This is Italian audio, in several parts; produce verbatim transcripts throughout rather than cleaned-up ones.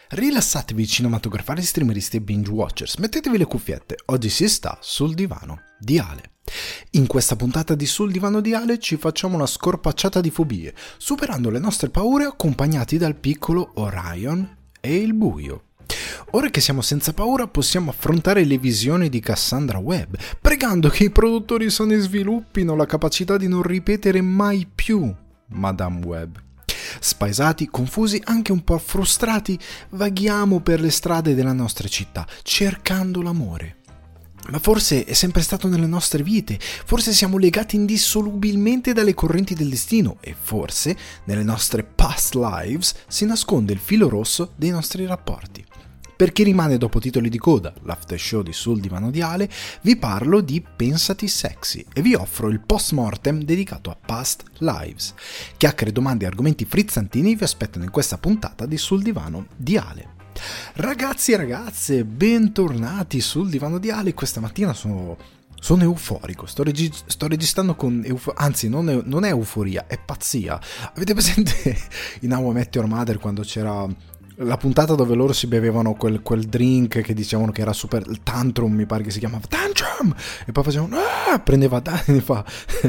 Rilassatevi cinematografari, streameristi e binge watchers, mettetevi le cuffiette, oggi si sta sul divano di Ale. In questa puntata di Sul divano di Ale ci facciamo una scorpacciata di fobie, superando le nostre paure accompagnati dal piccolo Orion e il buio. Ora che siamo senza paura possiamo affrontare le visioni di Cassandra Webb, pregando che i produttori Sony sviluppino la capacità di non ripetere mai più Madame Webb. Spaesati, confusi, anche un po' frustrati, vaghiamo per le strade della nostra città, cercando l'amore. Ma forse è sempre stato nelle nostre vite, forse siamo legati indissolubilmente dalle correnti del destino e forse nelle nostre past lives si nasconde il filo rosso dei nostri rapporti. Per chi rimane dopo titoli di coda, l'after show di Sul divano di Ale, vi parlo di Pensati Sexy e vi offro il post-mortem dedicato a Past Lives. Chiacchiere, domande e argomenti frizzantini vi aspettano in questa puntata di Sul divano di Ale. Ragazzi e ragazze, bentornati sul divano di Ale. Questa mattina sono, sono euforico, sto, regi- sto registrando con euforia, anzi non è, non è euforia, è pazzia. Avete presente in How I Met Your Mother quando c'era la puntata dove loro si bevevano quel, quel drink che dicevano che era super, il tantrum mi pare che si chiamava tantrum, e poi facevano ah! prendeva Dani fa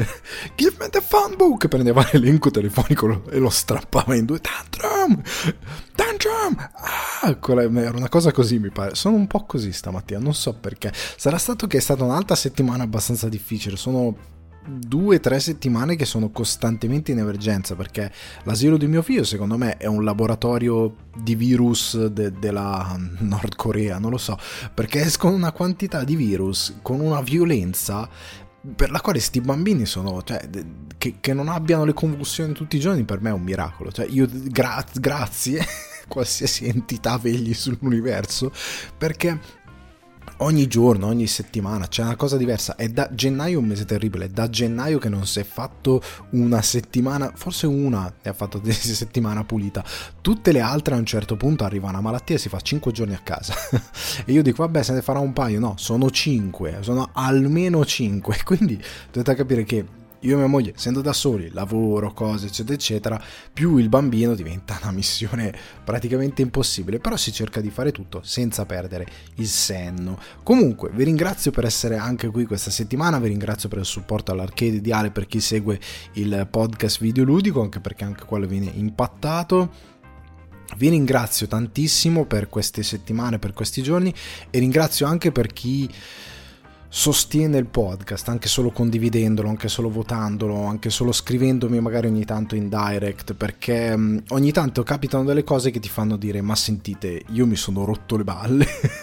give me the phone book, prendeva l'elenco telefonico e lo strappava in due, tantrum tantrum ah! Era una cosa così, mi pare. Sono un po' così stamattina, non so perché. Sarà stato che è stata un'altra settimana abbastanza difficile, sono due o tre settimane che sono costantemente in emergenza, perché l'asilo di mio figlio secondo me è un laboratorio di virus de- della Nord Corea, non lo so, perché escono una quantità di virus con una violenza per la quale sti bambini sono, cioè, che, che non abbiano le convulsioni tutti i giorni per me è un miracolo, cioè io gra- grazie qualsiasi entità vegli sull'universo, perché ogni giorno, ogni settimana c'è una cosa diversa. È da gennaio un mese terribile, è da gennaio che non si è fatto una settimana, forse una ne ha fatto di settimana pulita, tutte le altre a un certo punto arriva una malattia e si fa cinque giorni a casa e io dico vabbè, se ne farà un paio, no, sono cinque, sono almeno cinque, quindi dovete capire che io e mia moglie, essendo da soli, lavoro, cose eccetera eccetera, più il bambino diventa una missione praticamente impossibile, però si cerca di fare tutto senza perdere il senno. Comunque vi ringrazio per essere anche qui questa settimana, vi ringrazio per il supporto all'Arcade di Ale, per chi segue il podcast videoludico, anche perché anche quello viene impattato. Vi ringrazio tantissimo per queste settimane, per questi giorni, e ringrazio anche per chi sostiene il podcast, anche solo condividendolo, anche solo votandolo, anche solo scrivendomi magari ogni tanto in direct, perché um, ogni tanto capitano delle cose che ti fanno dire ma sentite, io mi sono rotto le balle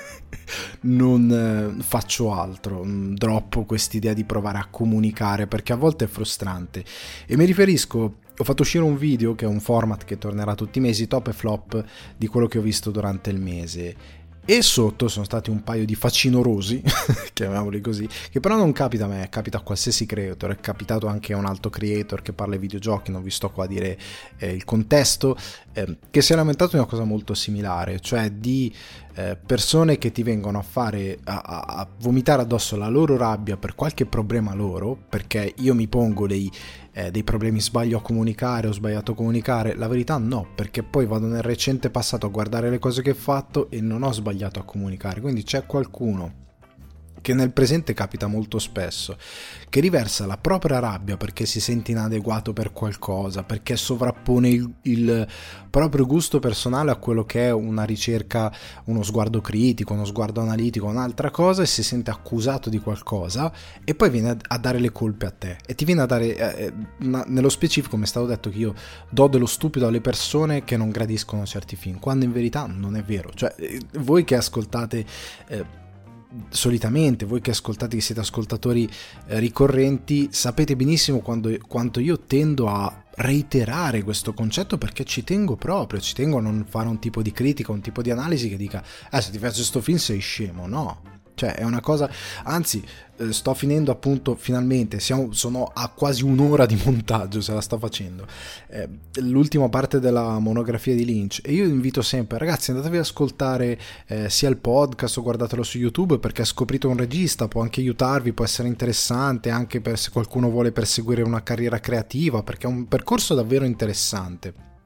non eh, faccio altro, droppo quest'idea di provare a comunicare, perché a volte è frustrante. E mi riferisco, ho fatto uscire un video che è un format che tornerà tutti i mesi, top e flop di quello che ho visto durante il mese, e sotto sono stati un paio di facinorosi, chiamiamoli così, che però non capita a me, capita a qualsiasi creator, è capitato anche a un altro creator che parla di videogiochi, non vi sto qua a dire eh, il contesto, eh, che si è lamentato di una cosa molto similare, cioè di eh, persone che ti vengono a fare, a, a, a vomitare addosso la loro rabbia per qualche problema loro, perché io mi pongo dei Eh, dei problemi, sbaglio a comunicare, ho sbagliato a comunicare, la verità no, perché poi vado nel recente passato a guardare le cose che ho fatto e non ho sbagliato a comunicare, quindi c'è qualcuno che nel presente capita molto spesso, che riversa la propria rabbia perché si sente inadeguato per qualcosa, perché sovrappone il, il proprio gusto personale a quello che è una ricerca, uno sguardo critico, uno sguardo analitico, un'altra cosa, e si sente accusato di qualcosa e poi viene a dare le colpe a te e ti viene a dare, eh, una, nello specifico mi è stato detto che io do dello stupido alle persone che non gradiscono certi film, quando in verità non è vero, cioè voi che ascoltate eh, solitamente, voi che ascoltate, che siete ascoltatori eh, ricorrenti, sapete benissimo quando, quanto io tendo a reiterare questo concetto, perché ci tengo proprio, ci tengo a non fare un tipo di critica, un tipo di analisi che dica eh se ti piace sto film sei scemo, no, cioè è una cosa, anzi eh, sto finendo appunto finalmente, siamo, sono a quasi un'ora di montaggio, se la sto facendo, eh, l'ultima parte della monografia di Lynch, e io invito sempre ragazzi, andatevi ad ascoltare eh, sia il podcast o guardatelo su YouTube, perché scoprite un regista, può anche aiutarvi, può essere interessante anche per se qualcuno vuole perseguire una carriera creativa, perché è un percorso davvero interessante.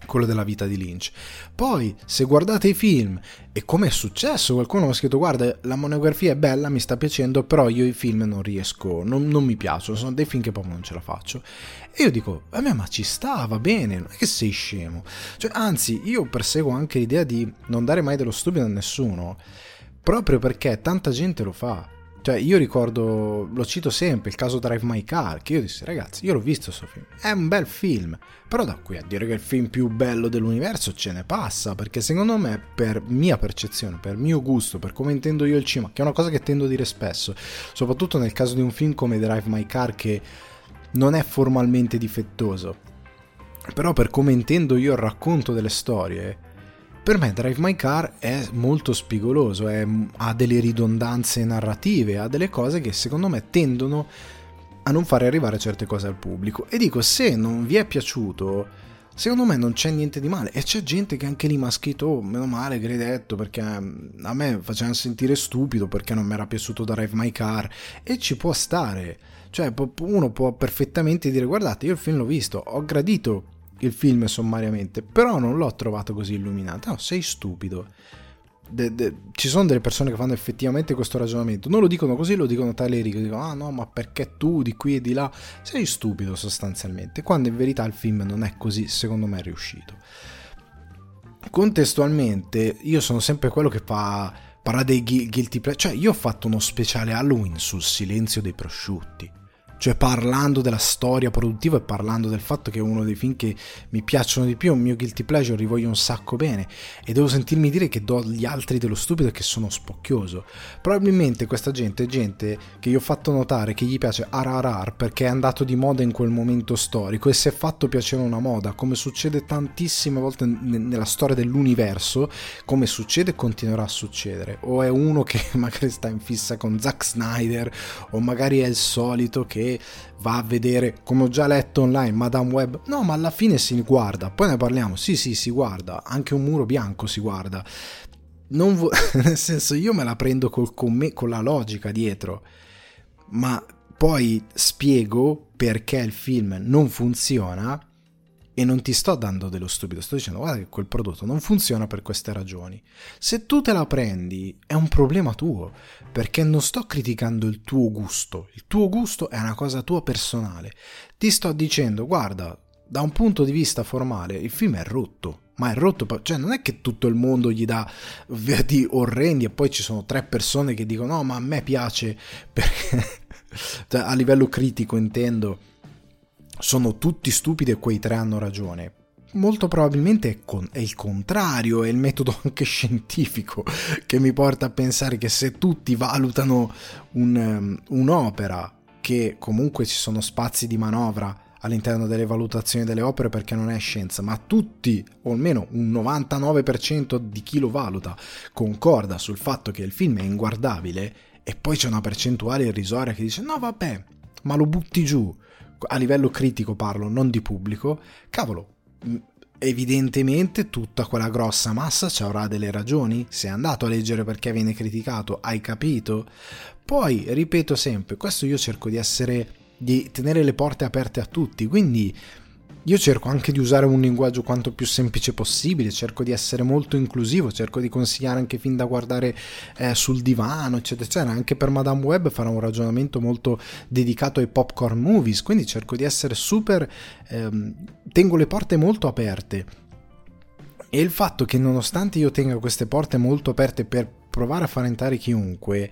quello della vita di Lynch. Poi se guardate i film, e come è successo, qualcuno mi ha scritto guarda la monografia è bella, mi sta piacendo, però io i film non riesco, non, non mi piacciono, sono dei film che proprio non ce la faccio. E io dico a me ma ci sta, va bene, non è che sei scemo, cioè anzi io perseguo anche l'idea di non dare mai dello stupido a nessuno, proprio perché tanta gente lo fa. Cioè io ricordo, lo cito sempre, il caso Drive My Car, che io dissi ragazzi io l'ho visto questo film, è un bel film, però da qui a dire che è il film più bello dell'universo ce ne passa, perché secondo me, per mia percezione, per mio gusto, per come intendo io il cinema, che è una cosa che tendo a dire spesso, soprattutto nel caso di un film come Drive My Car che non è formalmente difettoso, però per come intendo io il racconto delle storie, per me Drive My Car è molto spigoloso, è, ha delle ridondanze narrative, ha delle cose che secondo me tendono a non fare arrivare certe cose al pubblico. E dico, se non vi è piaciuto, secondo me non c'è niente di male. E c'è gente che anche lì mi ha scritto, oh, meno male che l'hai detto, perché a me faceva sentire stupido perché non mi era piaciuto Drive My Car. E ci può stare. Cioè uno può perfettamente dire, guardate, io il film l'ho visto, ho gradito il film sommariamente, però non l'ho trovato così illuminante. No, sei stupido. De, de, ci sono delle persone che fanno effettivamente questo ragionamento, non lo dicono così, lo dicono tale e rico, dicono ah no ma perché tu di qui e di là, sei stupido sostanzialmente, quando in verità il film non è così, secondo me è riuscito. Contestualmente io sono sempre quello che fa parla dei guilty pleasure, cioè io ho fatto uno speciale Halloween sul Silenzio dei prosciutti, cioè parlando della storia produttiva e parlando del fatto che è uno dei film che mi piacciono di più, un mio guilty pleasure, li voglio un sacco bene e devo sentirmi dire che do gli altri dello stupido e che sono spocchioso. Probabilmente questa gente è gente che io ho fatto notare che gli piace R R R perché è andato di moda in quel momento storico e si è fatto piacere una moda, come succede tantissime volte nella storia dell'universo, come succede e continuerà a succedere. O è uno che magari sta in fissa con Zack Snyder, o magari è il solito che va a vedere, come ho già letto online, Madame Web. No, ma alla fine si guarda, poi ne parliamo. Sì, sì, si guarda, anche Un muro bianco si guarda. Non vo- nel senso, io me la prendo col, con me, con la logica dietro, ma poi spiego perché il film non funziona e non ti sto dando dello stupido, sto dicendo guarda che quel prodotto non funziona per queste ragioni. Se tu te la prendi è un problema tuo, perché non sto criticando il tuo gusto, il tuo gusto è una cosa tua personale, ti sto dicendo guarda, da un punto di vista formale il film è rotto, ma è rotto, cioè non è che tutto il mondo gli dà verdi orrendi e poi ci sono tre persone che dicono no ma a me piace perché cioè, a livello critico intendo, sono tutti stupidi e quei tre hanno ragione. Molto probabilmente è, con, è il contrario, è il metodo anche scientifico che mi porta a pensare che se tutti valutano un, um, un'opera, che comunque ci sono spazi di manovra all'interno delle valutazioni delle opere perché non è scienza, ma tutti, o almeno un novantanove per cento di chi lo valuta, concorda sul fatto che il film è inguardabile e poi c'è una percentuale irrisoria che dice no vabbè, ma lo butti giù, a livello critico parlo, non di pubblico, cavolo, evidentemente tutta quella grossa massa ci avrà delle ragioni, sei andato a leggere perché viene criticato, hai capito? Poi, ripeto sempre, questo io cerco di essere, di tenere le porte aperte a tutti, quindi io cerco anche di usare un linguaggio quanto più semplice possibile, cerco di essere molto inclusivo, cerco di consigliare anche film da guardare eh, sul divano, eccetera, eccetera. Anche per Madame Web farò un ragionamento molto dedicato ai popcorn movies, quindi cerco di essere super, ehm, tengo le porte molto aperte. E il fatto che nonostante io tenga queste porte molto aperte per provare a far entrare chiunque,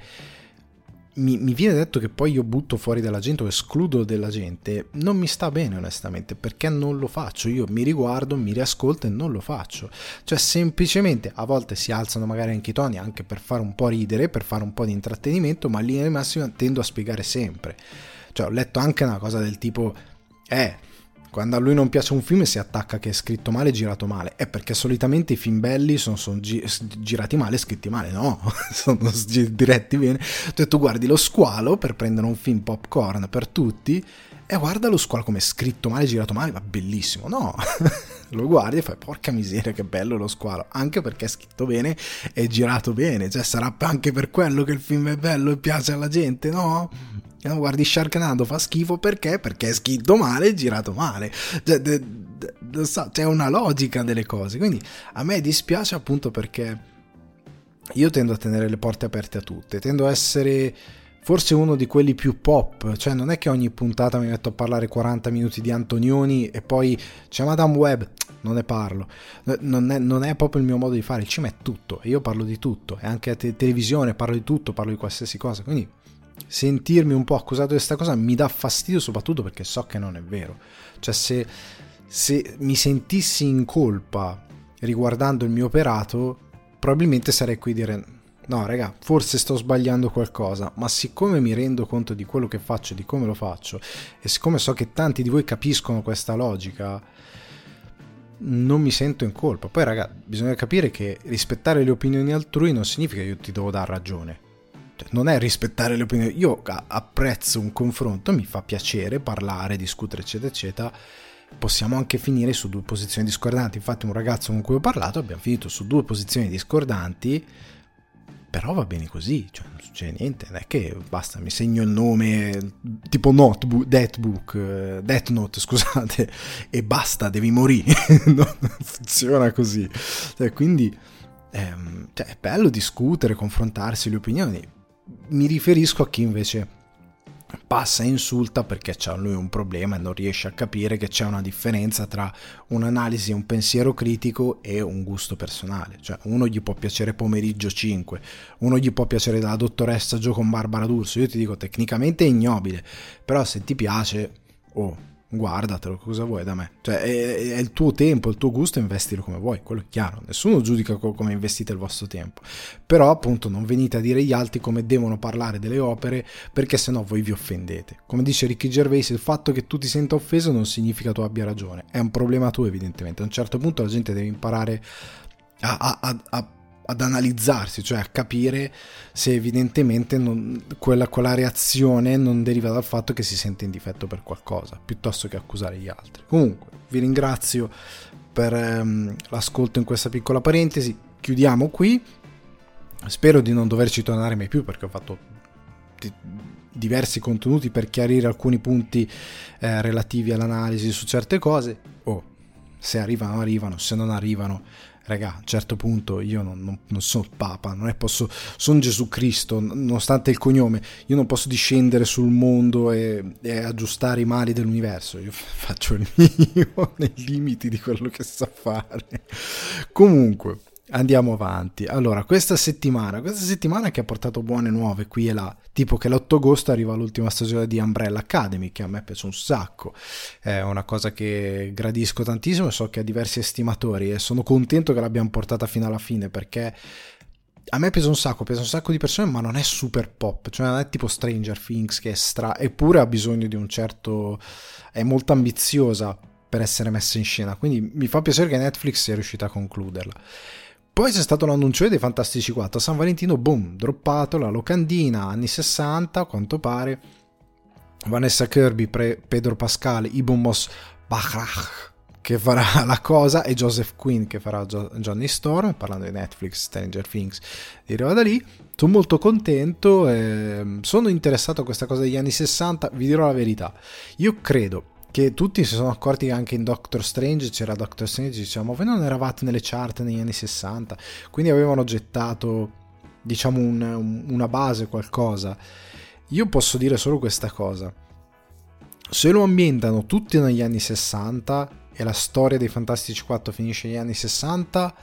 Mi, mi viene detto che poi io butto fuori della gente o escludo della gente, non mi sta bene onestamente, perché non lo faccio, io mi riguardo, mi riascolto e non lo faccio, cioè semplicemente a volte si alzano magari anche i toni anche per fare un po' ridere, per fare un po' di intrattenimento, ma lì nel massimo tendo a spiegare sempre, cioè ho letto anche una cosa del tipo eh quando a lui non piace un film si attacca che è scritto male e girato male, è perché solitamente i film belli sono, sono gi- girati male e scritti male, no, sono diretti bene, cioè tu guardi Lo Squalo per prendere un film popcorn per tutti e guarda Lo Squalo come è scritto male, girato male, ma bellissimo, no, lo guardi e fai porca miseria che bello Lo Squalo, anche perché è scritto bene e girato bene, cioè sarà anche per quello che il film è bello e piace alla gente, no? No, guardi Sharknado, fa schifo perché? Perché è scritto male e girato male. Cioè, de, de, de, so, c'è una logica delle cose. Quindi a me dispiace appunto perché io tendo a tenere le porte aperte a tutte. Tendo a essere forse uno di quelli più pop. Cioè non è che ogni puntata mi metto a parlare quaranta minuti di Antonioni e poi c'è Madame Web, non ne parlo. Non è, non è proprio il mio modo di fare. Il cinema è tutto e io parlo di tutto. E anche a te- televisione parlo di tutto, parlo di qualsiasi cosa. Quindi sentirmi un po' accusato di questa cosa mi dà fastidio, soprattutto perché so che non è vero. Cioè se, se mi sentissi in colpa riguardando il mio operato, probabilmente sarei qui a dire no raga, forse sto sbagliando qualcosa, ma siccome mi rendo conto di quello che faccio e di come lo faccio, e siccome so che tanti di voi capiscono questa logica, non mi sento in colpa. Poi raga, bisogna capire che rispettare le opinioni altrui non significa che io ti devo dar ragione. Non è rispettare le opinioni, io apprezzo un confronto, mi fa piacere parlare, discutere eccetera eccetera, possiamo anche finire su due posizioni discordanti. Infatti un ragazzo con cui ho parlato abbiamo finito su due posizioni discordanti, però va bene così, cioè non succede niente, non è che basta, mi segno il nome tipo notebook, Death Book, Death Note scusate, e basta, devi morire. Non funziona così, cioè, quindi ehm, cioè, è bello discutere, confrontarsi le opinioni. Mi riferisco a chi invece passa e insulta perché c'ha lui un problema e non riesce a capire che c'è una differenza tra un'analisi, un pensiero critico e un gusto personale. Cioè uno gli può piacere Pomeriggio cinque, uno gli può piacere La dottoressa Gio con Barbara D'Urso. Io ti dico, tecnicamente è ignobile, però se ti piace, oh, guardatelo, cosa vuoi da me? Cioè è, è il tuo tempo, il tuo gusto, investilo come vuoi, quello è chiaro, nessuno giudica come investite il vostro tempo, però appunto non venite a dire agli altri come devono parlare delle opere, perché sennò voi vi offendete. Come dice Ricky Gervais, il fatto che tu ti senta offeso non significa tu abbia ragione, è un problema tuo evidentemente. A un certo punto la gente deve imparare a, a, a, a ad analizzarsi, cioè a capire se evidentemente non, quella, quella reazione non deriva dal fatto che si sente in difetto per qualcosa, piuttosto che accusare gli altri. Comunque vi ringrazio per ehm, l'ascolto in questa piccola parentesi, chiudiamo qui, spero di non doverci tornare mai più perché ho fatto di, diversi contenuti per chiarire alcuni punti eh, relativi all'analisi su certe cose. Oh, se arrivano arrivano, se non arrivano raga, a un certo punto io non, non, non sono Papa, non è posso, sono Gesù Cristo, nonostante il cognome, io non posso discendere sul mondo e, e aggiustare i mali dell'universo, io faccio il mio nei limiti di quello che so fare. Comunque andiamo avanti. Allora, questa settimana, questa settimana che ha portato buone nuove qui e là, tipo che l'otto agosto arriva l'ultima stagione di Umbrella Academy, che a me piace un sacco, è una cosa che gradisco tantissimo e so che ha diversi estimatori e sono contento che l'abbiamo portata fino alla fine, perché a me piace un sacco, piace un sacco di persone, ma non è super pop, cioè non è tipo Stranger Things che è stra... eppure ha bisogno di un certo... è molto ambiziosa per essere messa in scena, quindi mi fa piacere che Netflix sia riuscita a concluderla. Poi c'è stato l'annuncio dei Fantastici quattro, San Valentino, boom, droppato, la locandina, anni sessanta, a quanto pare, Vanessa Kirby, pre- Pedro Pascal, Ibn Mos Bachrach, che farà la cosa, e Joseph Quinn, che farà jo- Johnny Storm, parlando di Netflix, Stranger Things, dirò da lì. Sono molto contento, eh, sono interessato a questa cosa degli anni sessanta, vi dirò la verità, io credo che tutti si sono accorti che anche in Doctor Strange c'era Doctor Strange, diciamo, voi non eravate nelle chart negli anni sessanta, quindi avevano gettato, diciamo, un, una base, qualcosa. Io posso dire solo questa cosa: se lo ambientano tutti negli anni sessanta e la storia dei Fantastici quattro finisce negli anni sessanta,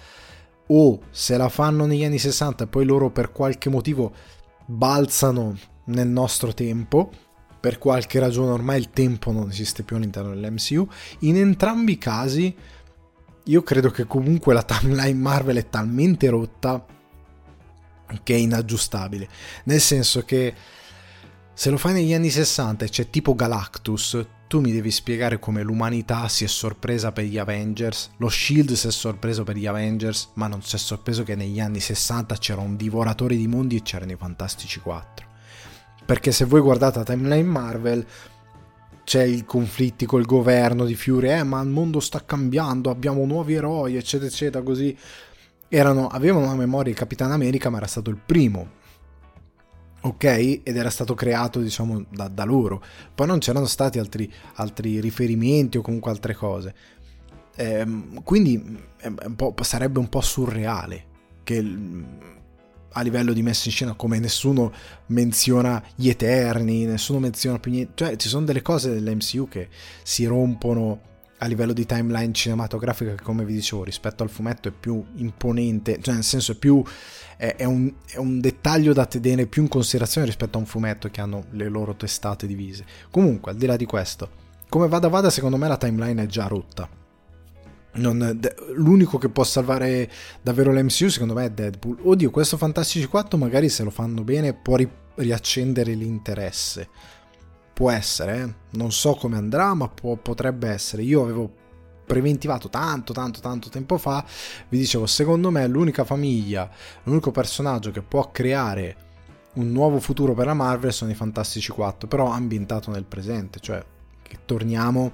o se la fanno negli anni sessanta e poi loro per qualche motivo balzano nel nostro tempo, per qualche ragione ormai il tempo non esiste più all'interno dell'M C U, in entrambi i casi io credo che comunque la timeline Marvel è talmente rotta che è inaggiustabile, nel senso che se lo fai negli anni sessanta e c'è tipo Galactus, tu mi devi spiegare come l'umanità si è sorpresa per gli Avengers, lo Shield si è sorpreso per gli Avengers, ma non si è sorpreso che negli anni sessanta c'era un divoratore di mondi e c'erano i Fantastici quattro. Perché se voi guardate la timeline Marvel c'è i conflitti col governo di Fury, eh ma il mondo sta cambiando, abbiamo nuovi eroi eccetera eccetera, così erano, avevano una memoria di Capitan America, ma era stato il primo ok, ed era stato creato diciamo da, da loro, poi non c'erano stati altri, altri riferimenti o comunque altre cose, ehm, quindi è un po', sarebbe un po' surreale che a livello di messa in scena, come nessuno menziona gli Eterni, nessuno menziona più niente, cioè ci sono delle cose dell'M C U che si rompono a livello di timeline cinematografica, che come vi dicevo rispetto al fumetto è più imponente, cioè nel senso è più è, è, un, è un dettaglio da tenere più in considerazione rispetto a un fumetto che hanno le loro testate divise. Comunque, al di là di questo, come vada vada, secondo me la timeline è già rotta. Non, l'unico che può salvare davvero l'M C U secondo me è Deadpool. Oddio, questo Fantastici quattro magari se lo fanno bene può ri- riaccendere l'interesse. Può essere, eh? Non so come andrà, ma può, potrebbe essere. Io avevo preventivato tanto, tanto, tanto tempo fa, vi dicevo, secondo me l'unica famiglia, l'unico personaggio che può creare un nuovo futuro per la Marvel sono i Fantastici quattro, però ambientato nel presente, cioè che torniamo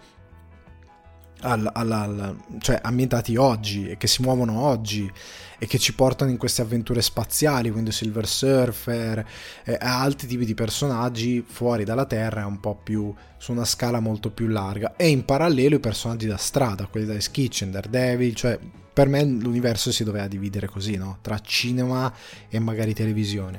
al, al, al, cioè ambientati oggi e che si muovono oggi e che ci portano in queste avventure spaziali, quindi Silver Surfer e altri tipi di personaggi fuori dalla Terra, un po' più su una scala molto più larga, e in parallelo i personaggi da strada, quelli da Hell's Kitchen, Daredevil, cioè per me l'universo si doveva dividere così, no? Tra cinema e magari televisione.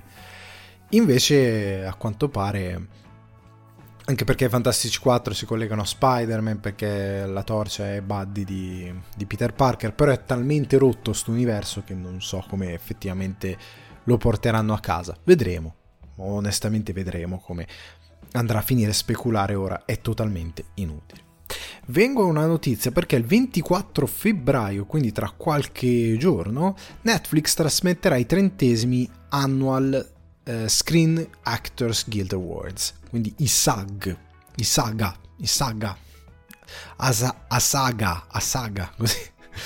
Invece a quanto pare, anche perché i Fantastici quattro si collegano a Spider-Man, perché la Torcia è buddy di, di Peter Parker, però è talmente rotto sto universo che non so come effettivamente lo porteranno a casa. Vedremo, onestamente vedremo come andrà a finire. Speculare ora è totalmente inutile. Vengo a una notizia, perché il ventiquattro febbraio, quindi tra qualche giorno, Netflix trasmetterà i trentesimi Annual Screen Actors Guild Awards, quindi i SAG, i SAGA, i SAGA, Asa, Asaga, Asaga, così.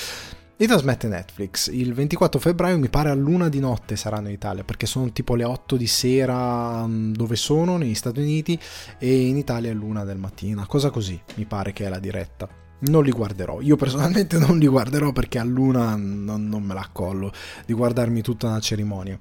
Li trasmette Netflix il ventiquattro febbraio, mi pare a luna di notte saranno in Italia, perché sono tipo le otto di sera dove sono, negli Stati Uniti, e in Italia è l'una del mattino, cosa così, mi pare che è la diretta. Non li guarderò, io personalmente non li guarderò perché a luna non, non me la accollo di guardarmi tutta una cerimonia.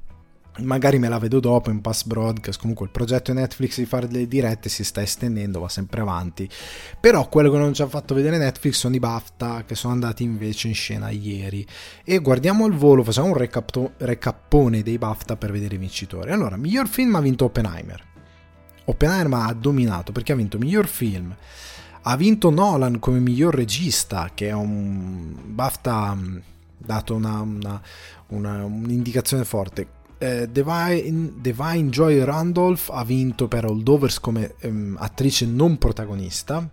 Magari me la vedo dopo in pass broadcast. Comunque il progetto Netflix di fare delle dirette si sta estendendo, va sempre avanti, però quello che non ci ha fatto vedere Netflix sono i BAFTA, che sono andati invece in scena ieri, e guardiamo al volo, facciamo un recap- recappone dei BAFTA per vedere i vincitori. Allora, miglior film ha vinto Oppenheimer. Oppenheimer ha dominato perché ha vinto miglior film, ha vinto Nolan come miglior regista, che è un BAFTA dato una, una, una, un'indicazione forte. Uh, Divine, Divine Joy Randolph ha vinto per Holdovers come um, attrice non protagonista.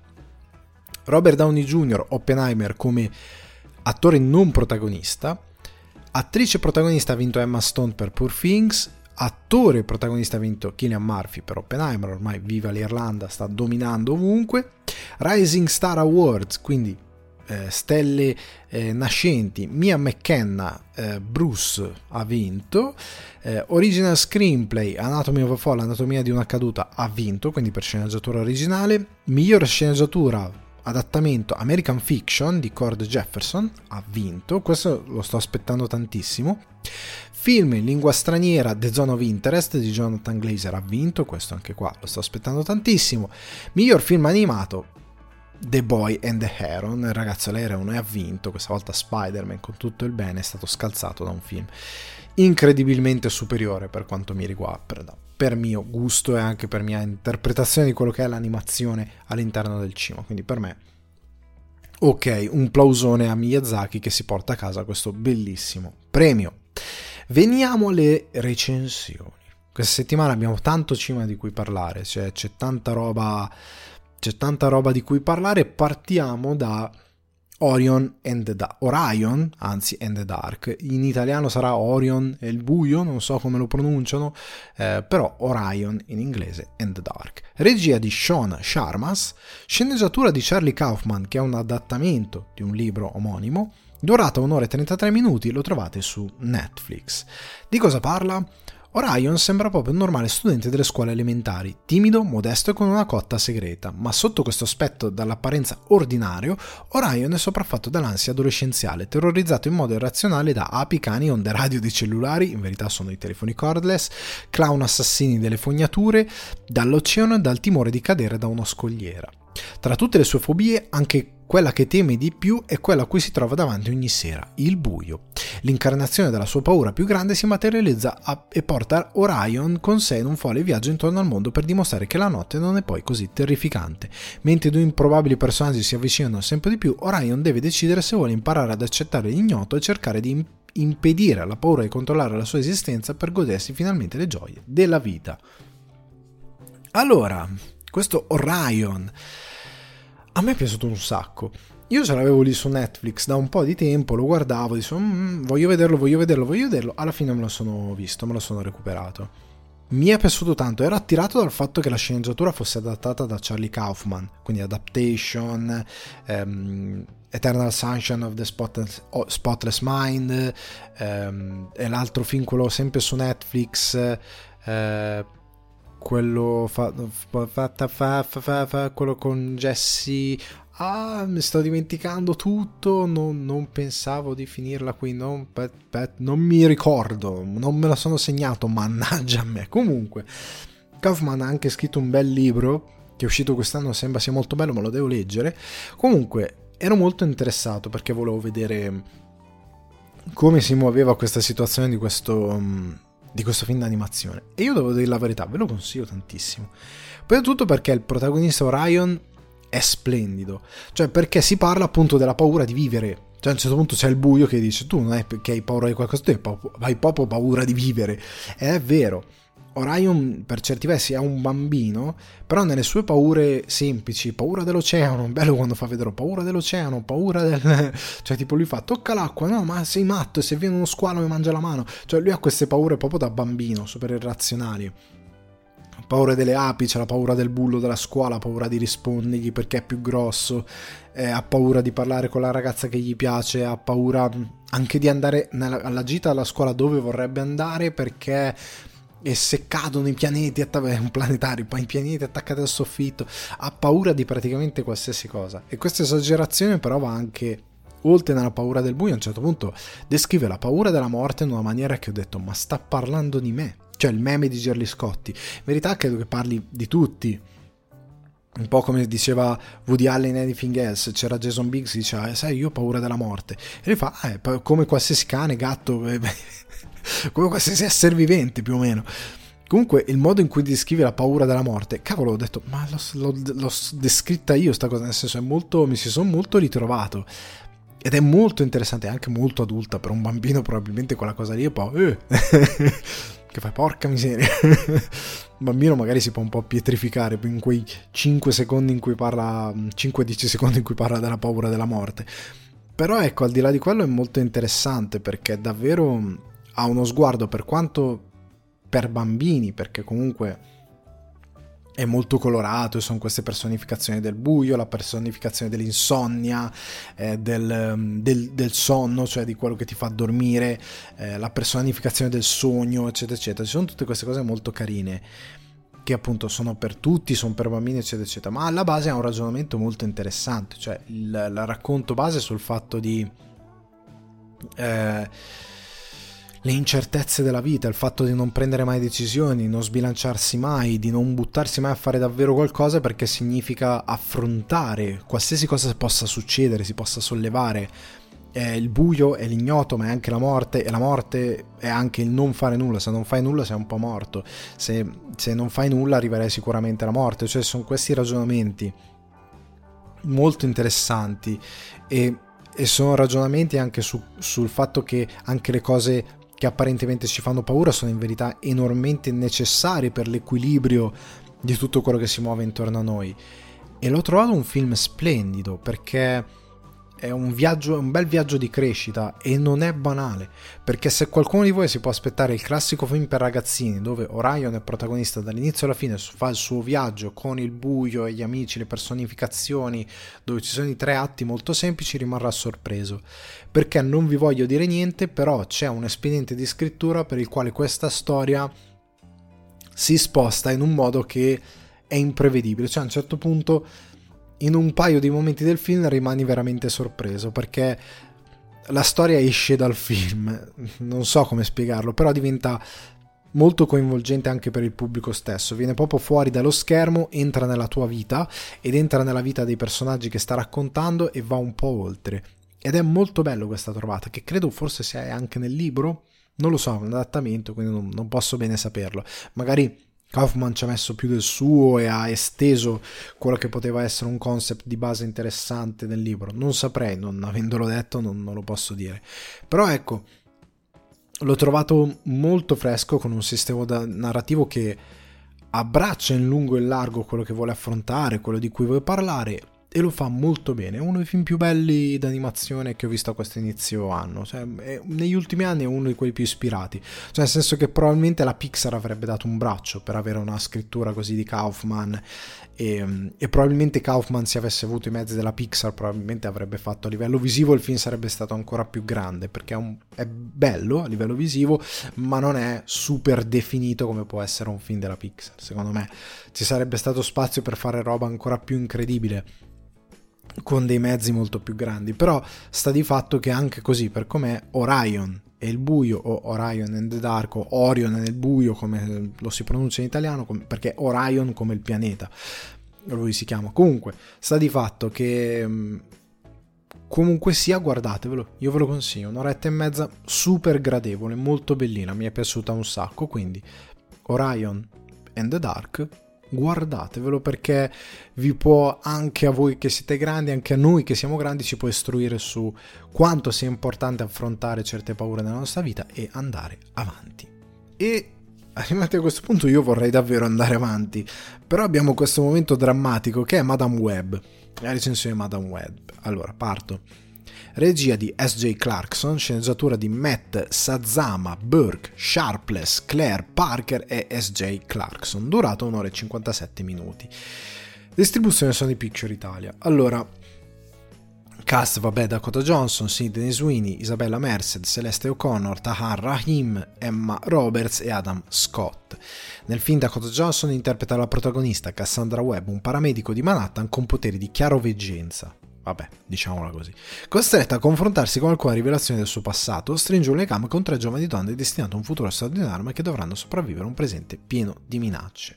Robert Downey junior Oppenheimer come attore non protagonista. Attrice protagonista ha vinto Emma Stone per Poor Things. Attore protagonista ha vinto Cillian Murphy per Oppenheimer, ormai viva l'Irlanda, sta dominando ovunque. Rising Star Awards, quindi Eh, stelle eh, nascenti, Mia McKenna, eh, Bruce ha vinto. eh, Original Screenplay, Anatomy of a Fall, Anatomia di una caduta, ha vinto, quindi per sceneggiatura originale. Miglior sceneggiatura adattamento, American Fiction di Cord Jefferson, ha vinto, questo lo sto aspettando tantissimo. Film in lingua straniera, The Zone of Interest di Jonathan Glazer, ha vinto, questo anche qua lo sto aspettando tantissimo. Miglior film animato, The Boy and the Heron, il ragazzo Leone, ha vinto, questa volta Spider-Man con tutto il bene è stato scalzato da un film incredibilmente superiore per quanto mi riguarda, per mio gusto e anche per mia interpretazione di quello che è l'animazione all'interno del cinema, quindi per me ok, un plausone a Miyazaki che si porta a casa questo bellissimo premio. Veniamo alle recensioni. Questa settimana abbiamo tanto cinema di cui parlare, cioè c'è tanta roba C'è tanta roba di cui parlare. Partiamo da Orion and the Dark, Orion, anzi and the Dark, in italiano sarà Orion e il buio, non so come lo pronunciano, eh, però Orion in inglese and the Dark. Regia di Sean Sharmas, sceneggiatura di Charlie Kaufman, che è un adattamento di un libro omonimo, durata un'ora e trentatré minuti, lo trovate su Netflix. Di cosa parla? Orion sembra proprio un normale studente delle scuole elementari, timido, modesto e con una cotta segreta, ma sotto questo aspetto dall'apparenza ordinario, Orion è sopraffatto dall'ansia adolescenziale, terrorizzato in modo irrazionale da api, cani, onde radio di cellulari, in verità sono i telefoni cordless, clown assassini delle fognature, dall'oceano e dal timore di cadere da una scogliera. Tra tutte le sue fobie, anche quella che teme di più è quella a cui si trova davanti ogni sera, il buio. L'incarnazione della sua paura più grande si materializza a- e porta Orion con sé in un folle viaggio intorno al mondo per dimostrare che la notte non è poi così terrificante. Mentre due improbabili personaggi si avvicinano sempre di più, Orion deve decidere se vuole imparare ad accettare l'ignoto e cercare di imp- impedire alla paura di controllare la sua esistenza per godersi finalmente le gioie della vita. Allora, questo Orion a me è piaciuto un sacco. Io ce l'avevo lì su Netflix da un po' di tempo, lo guardavo, dicevo mmm, voglio vederlo, voglio vederlo, voglio vederlo. Alla fine me lo sono visto, me lo sono recuperato. Mi è piaciuto tanto, ero attirato dal fatto che la sceneggiatura fosse adattata da Charlie Kaufman, quindi Adaptation, um, Eternal Sunshine of the Spotless, Spotless Mind, um, e l'altro film, quello sempre su Netflix, uh, quello fa, fa, fa, fa, fa, quello con Jesse. Ah, mi sto dimenticando tutto, non, non pensavo di finirla qui, non, pet, pet, non mi ricordo, non me la sono segnato, mannaggia a me. Comunque, Kaufman ha anche scritto un bel libro che è uscito quest'anno, sembra sia molto bello, ma lo devo leggere. Comunque, ero molto interessato perché volevo vedere come si muoveva questa situazione di questo... di questo film d'animazione, e io devo dire la verità, ve lo consiglio tantissimo. Prima di tutto perché il protagonista Orion è splendido, cioè perché si parla appunto della paura di vivere, cioè a un certo punto c'è il buio che dice tu non è perché hai paura di qualcosa, tu hai proprio paura di vivere, e è vero. Orion per certi versi è un bambino, però nelle sue paure semplici, paura dell'oceano, bello quando fa vedere paura dell'oceano, paura del... cioè tipo lui fa tocca l'acqua, no ma sei matto, e se viene uno squalo mi mangia la mano, cioè lui ha queste paure proprio da bambino, super irrazionali. Paura delle api, c'è la paura del bullo della scuola, ha paura di rispondergli perché è più grosso, eh, ha paura di parlare con la ragazza che gli piace, ha paura anche di andare nella, alla gita alla scuola dove vorrebbe andare perché... e se cadono i pianeti, è un planetario, poi i pianeti attaccati al soffitto, ha paura di praticamente qualsiasi cosa. E questa esagerazione però va anche oltre nella paura del buio. A un certo punto descrive la paura della morte in una maniera che ho detto ma sta parlando di me, cioè il meme di Gerry Scotti. In verità credo che parli di tutti, un po' come diceva Woody Allen in Anything Else. C'era Jason Biggs che diceva sai io ho paura della morte, e lui fa eh, come qualsiasi cane, gatto, come qualsiasi essere vivente più o meno. Comunque il modo in cui descrive la paura della morte, cavolo, ho detto ma l'ho, l'ho, l'ho descritta io sta cosa, nel senso è molto, mi si sono molto ritrovato, ed è molto interessante, anche molto adulta per un bambino. Probabilmente quella cosa lì è un po' eh. che fai porca miseria. Un bambino magari si può un po' pietrificare in quei cinque secondi in cui parla, cinque dieci secondi in cui parla della paura della morte. Però ecco, al di là di quello è molto interessante perché davvero ha uno sguardo, per quanto per bambini, perché comunque è molto colorato, sono queste personificazioni del buio, la personificazione dell'insonnia, eh, del, del, del sonno, cioè di quello che ti fa dormire, eh, la personificazione del sogno, eccetera eccetera. Ci sono tutte queste cose molto carine che appunto sono per tutti, sono per bambini eccetera eccetera, ma alla base ha un ragionamento molto interessante, cioè il, il racconto base sul fatto di eh, le incertezze della vita, il fatto di non prendere mai decisioni, non sbilanciarsi mai, di non buttarsi mai a fare davvero qualcosa, perché significa affrontare qualsiasi cosa possa succedere, si possa sollevare. Eh, il buio è l'ignoto, ma è anche la morte, e la morte è anche il non fare nulla. Se non fai nulla sei un po' morto, se, se non fai nulla arriverai sicuramente alla morte. Cioè sono questi ragionamenti molto interessanti, e, e sono ragionamenti anche su, sul fatto che anche le cose che apparentemente ci fanno paura sono in verità enormemente necessarie per l'equilibrio di tutto quello che si muove intorno a noi. E l'ho trovato un film splendido perché è un viaggio, è un bel viaggio di crescita e non è banale, perché se qualcuno di voi si può aspettare il classico film per ragazzini dove Orion è protagonista dall'inizio alla fine, fa il suo viaggio con il buio e gli amici, le personificazioni, dove ci sono i tre atti molto semplici, rimarrà sorpreso, perché non vi voglio dire niente, però c'è un espediente di scrittura per il quale questa storia si sposta in un modo che è imprevedibile, cioè a un certo punto in un paio di momenti del film rimani veramente sorpreso, perché la storia esce dal film, non so come spiegarlo, però diventa molto coinvolgente anche per il pubblico stesso, viene proprio fuori dallo schermo, entra nella tua vita ed entra nella vita dei personaggi che sta raccontando e va un po' oltre, ed è molto bello questa trovata, che credo forse sia anche nel libro, non lo so, è un adattamento, quindi non, non posso bene saperlo, magari Kaufman ci ha messo più del suo e ha esteso quello che poteva essere un concept di base interessante nel libro, non saprei, non avendolo detto non, non lo posso dire, però ecco, l'ho trovato molto fresco, con un sistema narrativo che abbraccia in lungo e in largo quello che vuole affrontare, quello di cui vuole parlare, e lo fa molto bene. È uno dei film più belli d'animazione che ho visto a questo inizio anno, cioè, è, negli ultimi anni è uno di quelli più ispirati, cioè nel senso che probabilmente la Pixar avrebbe dato un braccio per avere una scrittura così di Kaufman, e, e probabilmente Kaufman, se avesse avuto i mezzi della Pixar, probabilmente avrebbe fatto a livello visivo il film sarebbe stato ancora più grande, perché è, un, è bello a livello visivo, ma non è super definito come può essere un film della Pixar. Secondo me ci sarebbe stato spazio per fare roba ancora più incredibile con dei mezzi molto più grandi, però sta di fatto che anche così, per com'è, Orion e il buio, o Orion and the Dark, o Orion nel buio come lo si pronuncia in italiano, perché Orion come il pianeta lui si chiama, comunque sta di fatto che comunque sia, guardatevelo, io ve lo consiglio, un'oretta e mezza super gradevole, molto bellina, mi è piaciuta un sacco, quindi Orion and the Dark, guardatevelo, perché vi può, anche a voi che siete grandi, anche a noi che siamo grandi, ci può istruire su quanto sia importante affrontare certe paure nella nostra vita e andare avanti. E arrivati a questo punto io vorrei davvero andare avanti, però abbiamo questo momento drammatico che è Madame Web, la recensione di Madame Web. Allora, parto. Regia di S J Clarkson, sceneggiatura di Matt Sazama, Burke, Sharpless, Claire Parker e S J Clarkson, durata un'ora e cinquantasette minuti. Distribuzione Sony Picture Italia. Allora, cast, vabbè, Dakota Johnson, Sydney Sweeney, Isabella Merced, Celeste O'Connor, Tahar Rahim, Emma Roberts e Adam Scott. Nel film Dakota Johnson interpreta la protagonista Cassandra Webb, un paramedico di Manhattan con poteri di chiaroveggenza. Vabbè, diciamola così. Costretta a confrontarsi con alcune rivelazioni del suo passato, stringe un legame con tre giovani donne destinate a un futuro straordinario ma che dovranno sopravvivere a un presente pieno di minacce.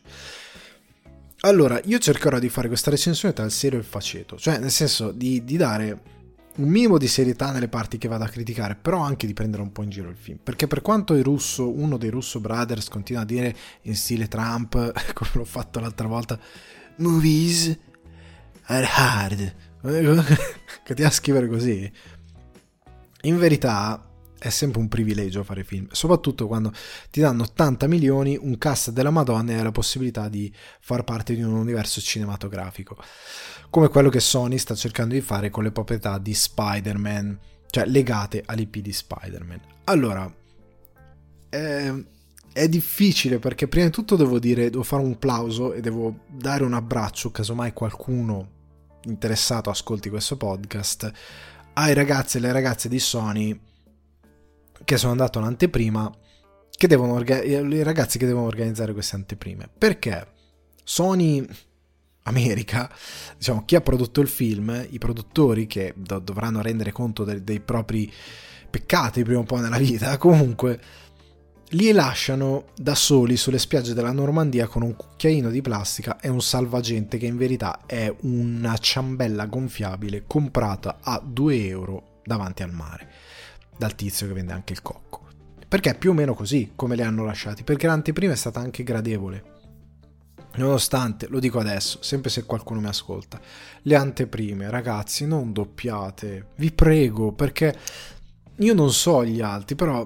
Allora, io cercherò di fare questa recensione tra il serio e il faceto, cioè nel senso di, di dare un minimo di serietà nelle parti che vado a criticare, però anche di prendere un po' in giro il film, perché per quanto il russo, uno dei Russo Brothers, continua a dire in stile Trump, come l'ho fatto l'altra volta, movies are hard, continua a scrivere così, in verità è sempre un privilegio fare film, soprattutto quando ti danno ottanta milioni, un cast della Madonna e la possibilità di far parte di un universo cinematografico come quello che Sony sta cercando di fare con le proprietà di Spider-Man, cioè legate all'I P di Spider-Man. Allora, è, è difficile, perché prima di tutto devo dire, devo fare un plauso e devo dare un abbraccio, casomai qualcuno interessato ascolti questo podcast, ai ragazzi e alle ragazze di Sony che sono andato all'anteprima, che devono orga- i ragazzi che devono organizzare queste anteprime, perché Sony America, diciamo, chi ha prodotto il film, i produttori che do- dovranno rendere conto de- dei propri peccati prima o poi nella vita, comunque li lasciano da soli sulle spiagge della Normandia con un cucchiaino di plastica e un salvagente che in verità è una ciambella gonfiabile comprata a due euro davanti al mare dal tizio che vende anche il cocco, perché è più o meno così come li hanno lasciati, perché l'anteprima è stata anche gradevole, nonostante, lo dico adesso, sempre se qualcuno mi ascolta, le anteprime, ragazzi, non doppiate, vi prego, perché io non so gli altri, però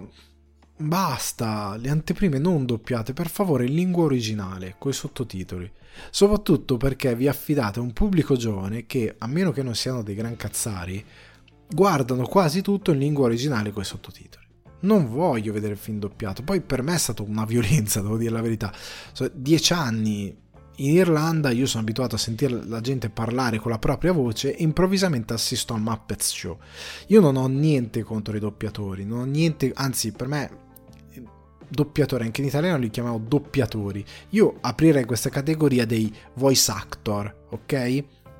basta, le anteprime non doppiate, per favore, in lingua originale, coi sottotitoli, soprattutto perché vi affidate a un pubblico giovane che, a meno che non siano dei gran cazzari, guardano quasi tutto in lingua originale con i sottotitoli. Non voglio vedere il film doppiato. Poi per me è stata una violenza, devo dire la verità. So, dieci anni in Irlanda io sono abituato a sentire la gente parlare con la propria voce e improvvisamente assisto al Muppets Show. Io non ho niente contro i doppiatori, non ho niente, anzi per me doppiatori, anche in italiano li chiamavo doppiatori. Io aprirei questa categoria dei voice actor, ok?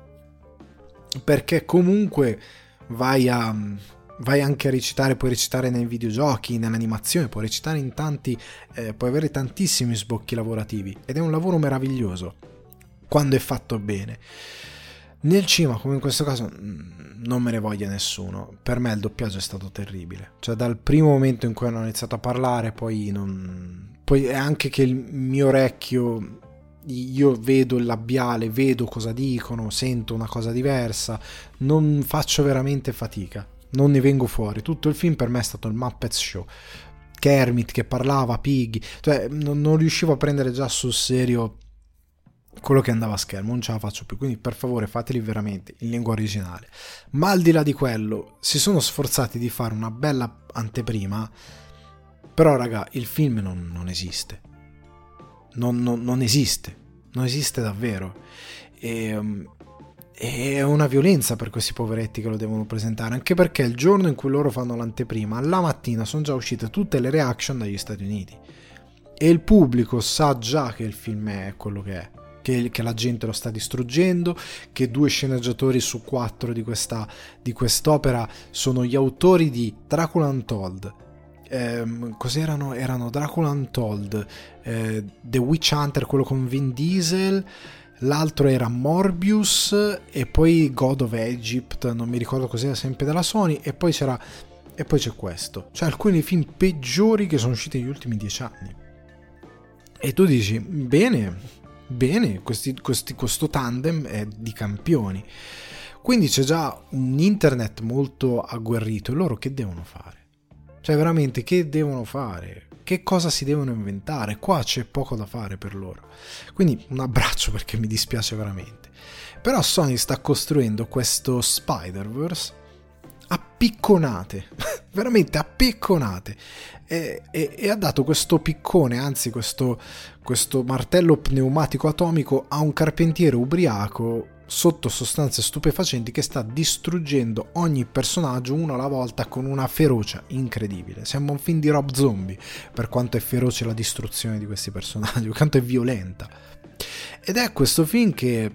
Perché comunque vai a vai anche a recitare, puoi recitare nei videogiochi, nell'animazione, puoi recitare in tanti, eh, puoi avere tantissimi sbocchi lavorativi ed è un lavoro meraviglioso quando è fatto bene. Nel cinema, come in questo caso, non me ne voglia nessuno. Per me il doppiaggio è stato terribile, cioè dal primo momento in cui hanno iniziato a parlare, poi non poi è anche che il mio orecchio, io vedo il labiale, vedo cosa dicono, sento una cosa diversa, non faccio veramente fatica, non ne vengo fuori. Tutto il film per me è stato il Muppets Show, Kermit che parlava, Piggy, cioè non, non riuscivo a prendere già sul serio quello che andava a schermo, non ce la faccio più. Quindi per favore fateli veramente in lingua originale. Ma al di là di quello si sono sforzati di fare una bella anteprima, però raga, il film non, non esiste, non, non, non esiste non esiste davvero, e è una violenza per questi poveretti che lo devono presentare, anche perché il giorno in cui loro fanno l'anteprima, la mattina sono già uscite tutte le reaction dagli Stati Uniti e il pubblico sa già che il film è quello che è, che, che la gente lo sta distruggendo, che due sceneggiatori su quattro di questa di quest'opera sono gli autori di Dracula Untold. Eh, cos'erano? Erano Dracula Untold, eh, The Witch Hunter, quello con Vin Diesel, l'altro era Morbius e poi God of Egypt, non mi ricordo cos'era, sempre della Sony, e poi c'era e poi c'è questo, cioè alcuni film peggiori che sono usciti negli ultimi dieci anni. E tu dici bene, bene, questi, questi, questo tandem è di campioni, quindi c'è già un internet molto agguerrito, e loro che devono fare? Cioè veramente che devono fare? Che cosa si devono inventare? Qua c'è poco da fare per loro. Quindi un abbraccio, perché mi dispiace veramente. Però Sony sta costruendo questo Spider-Verse a picconate, veramente a picconate. E, e, e ha dato questo piccone, anzi questo, questo martello pneumatico atomico a un carpentiere ubriaco sotto sostanze stupefacenti che sta distruggendo ogni personaggio uno alla volta con una ferocia incredibile. Sembra un film di Rob Zombie per quanto è feroce la distruzione di questi personaggi, quanto è violenta. Ed è questo film che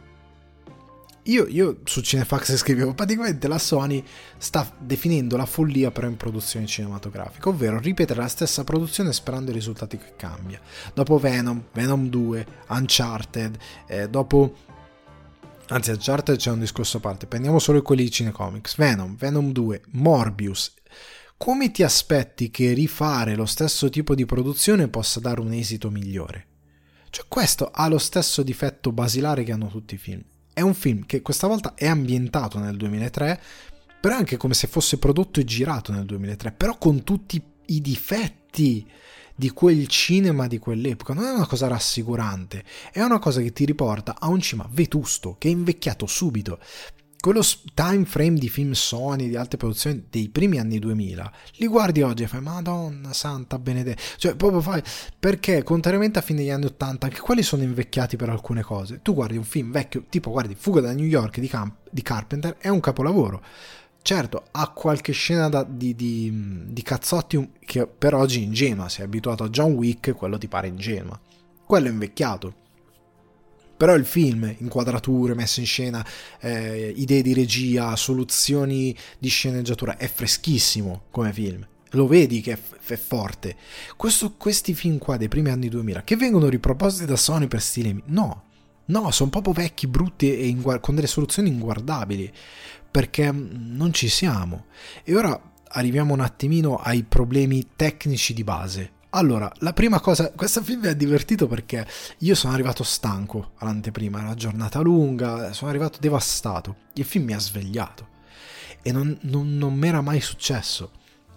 io, io su Cinefax scrivevo praticamente la Sony sta definendo la follia però in produzione cinematografica, ovvero ripetere la stessa produzione sperando i risultati che cambia. Dopo Venom, Venom due, Uncharted, eh, dopo Anzi, Uncharted c'è un discorso a parte, prendiamo solo quelli di Cinecomics. Venom, Venom due, Morbius. Come ti aspetti che rifare lo stesso tipo di produzione possa dare un esito migliore? Cioè questo ha lo stesso difetto basilare che hanno tutti i film. È un film che questa volta è ambientato nel duemilatré, però è anche come se fosse prodotto e girato nel duemilatré, però con tutti i difetti di quel cinema di quell'epoca. Non è una cosa rassicurante, è una cosa che ti riporta a un cinema vetusto che è invecchiato subito. Quello time frame di film Sony, di altre produzioni dei primi anni duemila, li guardi oggi e fai madonna santa benedetta, cioè proprio fai, perché contrariamente a fine degli anni ottanta anche quelli sono invecchiati per alcune cose. Tu guardi un film vecchio tipo guardi Fuga da New York di, Camp- di Carpenter, è un capolavoro. Certo, ha qualche scena da, di, di, di cazzotti che per oggi è ingenua. Sei abituato a John Wick, quello ti pare ingenua. Quello è invecchiato. Però il film, inquadrature, messa in scena, eh, idee di regia, soluzioni di sceneggiatura, è freschissimo come film. Lo vedi che è, f- è forte. Questo, questi film qua dei primi anni duemila, che vengono riproposti da Sony per stile... No, no, sono proprio vecchi, brutti e ingu- con delle soluzioni inguardabili. Perché non ci siamo. E ora arriviamo un attimino ai problemi tecnici di base. Allora, la prima cosa, questo film mi ha divertito perché io sono arrivato stanco all'anteprima, era una giornata lunga, sono arrivato devastato. Il film mi ha svegliato e non, non, non mi era mai successo.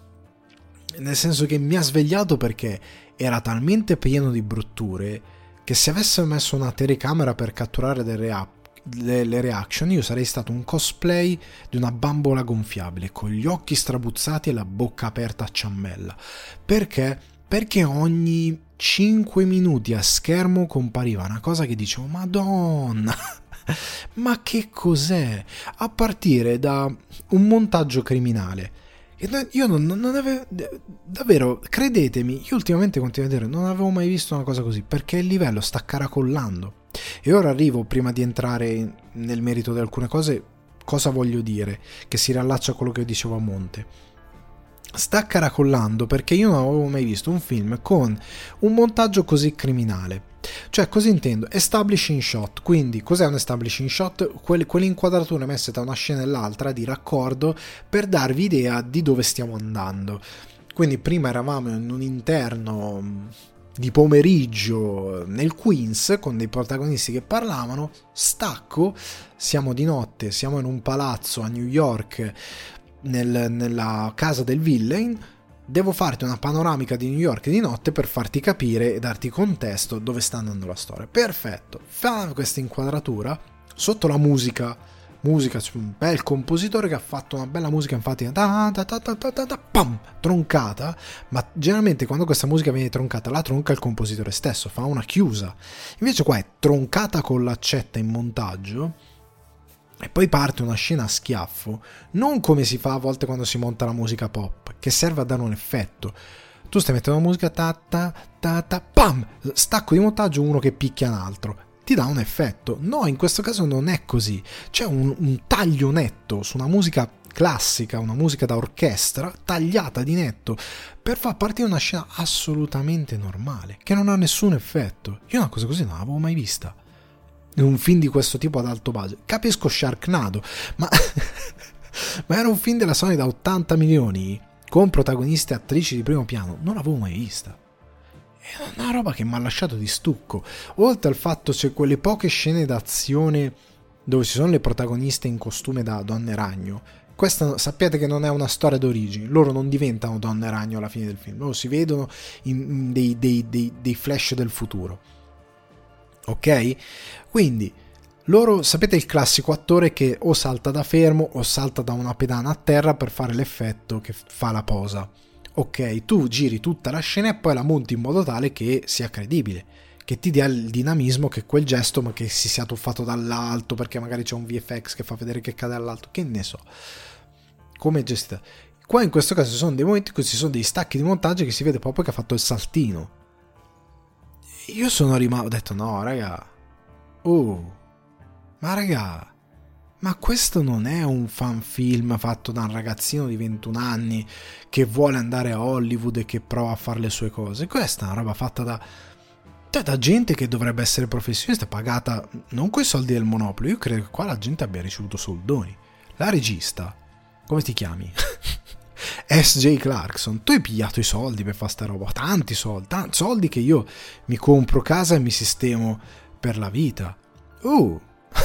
Nel senso che mi ha svegliato perché era talmente pieno di brutture che se avessero messo una telecamera per catturare delle, app, le, le reaction, io sarei stato un cosplay di una bambola gonfiabile con gli occhi strabuzzati e la bocca aperta a ciambella. Perché? Perché ogni cinque minuti a schermo compariva una cosa che dicevo, Madonna, ma che cos'è? A partire da un montaggio criminale. Io non, non avevo, davvero, credetemi, io ultimamente continuo a dire, non avevo mai visto una cosa così, perché il livello sta caracollando. E ora arrivo, prima di entrare nel merito di alcune cose, cosa voglio dire, che si riallaccia a quello che dicevo a monte. Sta caracollando perché io non avevo mai visto un film con un montaggio così criminale. Cioè, cosa intendo? Establishing shot. Quindi, cos'è un establishing shot? Quelle, quelle inquadrature messe da una scena all'altra di raccordo per darvi idea di dove stiamo andando. Quindi, prima eravamo in un interno di pomeriggio nel Queens con dei protagonisti che parlavano. Stacco, siamo di notte, siamo in un palazzo a New York, nel, nella casa del villain. Devo farti una panoramica di New York di notte per farti capire e darti contesto dove sta andando la storia. Perfetto, fa questa inquadratura sotto la musica, musica, un bel compositore che ha fatto una bella musica, infatti da, da, da, da, da, da, pam, troncata, ma generalmente quando questa musica viene troncata la tronca il compositore stesso, fa una chiusa. Invece qua è troncata con l'accetta in montaggio. E poi parte una scena a schiaffo, non come si fa a volte quando si monta la musica pop, che serve a dare un effetto. Tu stai mettendo la musica, ta ta ta ta, pam, stacco di montaggio, uno che picchia un altro, ti dà un effetto. No, in questo caso non è così, c'è un, un taglio netto su una musica classica, una musica da orchestra, tagliata di netto, per far partire una scena assolutamente normale, che non ha nessun effetto. Io una cosa così non l'avevo mai vista un film di questo tipo ad alto budget. Capisco Sharknado, ma ma era un film della Sony da ottanta milioni con protagoniste attrici di primo piano, non l'avevo mai vista. È una roba che mi ha lasciato di stucco. Oltre al fatto c'è quelle poche scene d'azione dove ci sono le protagoniste in costume da donne ragno. Questa sappiate che non è una storia d'origine, loro non diventano donne ragno alla fine del film, loro si vedono in dei, dei, dei, dei flash del futuro. Ok? Quindi loro, sapete il classico attore che o salta da fermo o salta da una pedana a terra per fare l'effetto che fa la posa. Ok, tu giri tutta la scena e poi la monti in modo tale che sia credibile, che ti dia il dinamismo che quel gesto, ma che si sia tuffato dall'alto perché magari c'è un V F X che fa vedere che cade dall'alto, che ne so. Come è gestita? Qua in questo caso ci sono dei momenti in cui ci sono dei stacchi di montaggio che si vede proprio che ha fatto il saltino. Io sono rimasto, ho detto no raga, oh, ma raga, ma questo non è un fan film fatto da un ragazzino di ventuno anni che vuole andare a Hollywood e che prova a fare le sue cose. Questa è una roba fatta da, da, da gente che dovrebbe essere professionista, pagata non coi soldi del Monopoly. Io credo che qua la gente abbia ricevuto soldoni. La regista, come ti chiami? S J Clarkson, tu hai pigliato i soldi per fare sta roba, tanti soldi, tanti soldi che io mi compro casa e mi sistemo per la vita. Uh,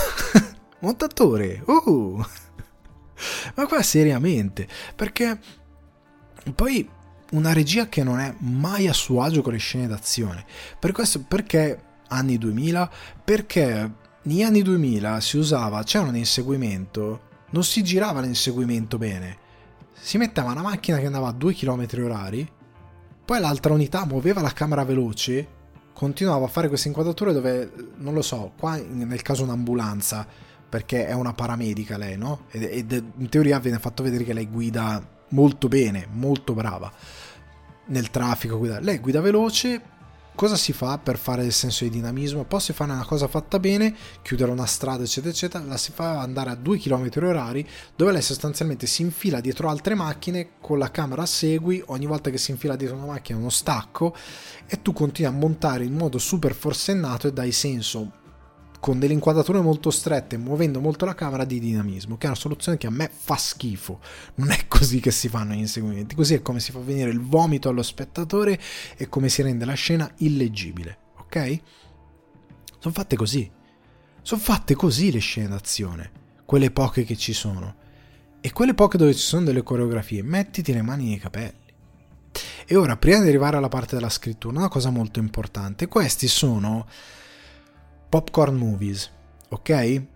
montatore, uh, ma qua seriamente, perché poi una regia che non è mai a suo agio con le scene d'azione. Per questo, perché anni duemila? Perché negli anni duemila si usava, c'era un inseguimento, non si girava l'inseguimento bene. Si metteva una macchina che andava a due chilometri orari, poi l'altra unità muoveva la camera veloce, continuava a fare queste inquadrature dove, non lo so, qua nel caso un'ambulanza, perché è una paramedica lei, no? Ed, ed in teoria viene fatto vedere che lei guida molto bene, molto brava nel traffico, guida. Lei guida veloce. Cosa si fa per fare il senso di dinamismo? Poi si fa una cosa fatta bene, chiudere una strada eccetera eccetera, la si fa andare a due chilometri orari, dove lei sostanzialmente si infila dietro altre macchine, con la camera segui, ogni volta che si infila dietro una macchina uno stacco, e tu continui a montare in modo super forsennato e dai senso, con delle inquadrature molto strette, muovendo molto la camera, di dinamismo, che è una soluzione che a me fa schifo. Non è così che si fanno gli inseguimenti, così è come si fa venire il vomito allo spettatore e come si rende la scena illeggibile, ok? Sono fatte così, sono fatte così le scene d'azione, quelle poche che ci sono, e quelle poche dove ci sono delle coreografie, mettiti le mani nei capelli. E ora, prima di arrivare alla parte della scrittura, una cosa molto importante: questi sono popcorn movies, ok?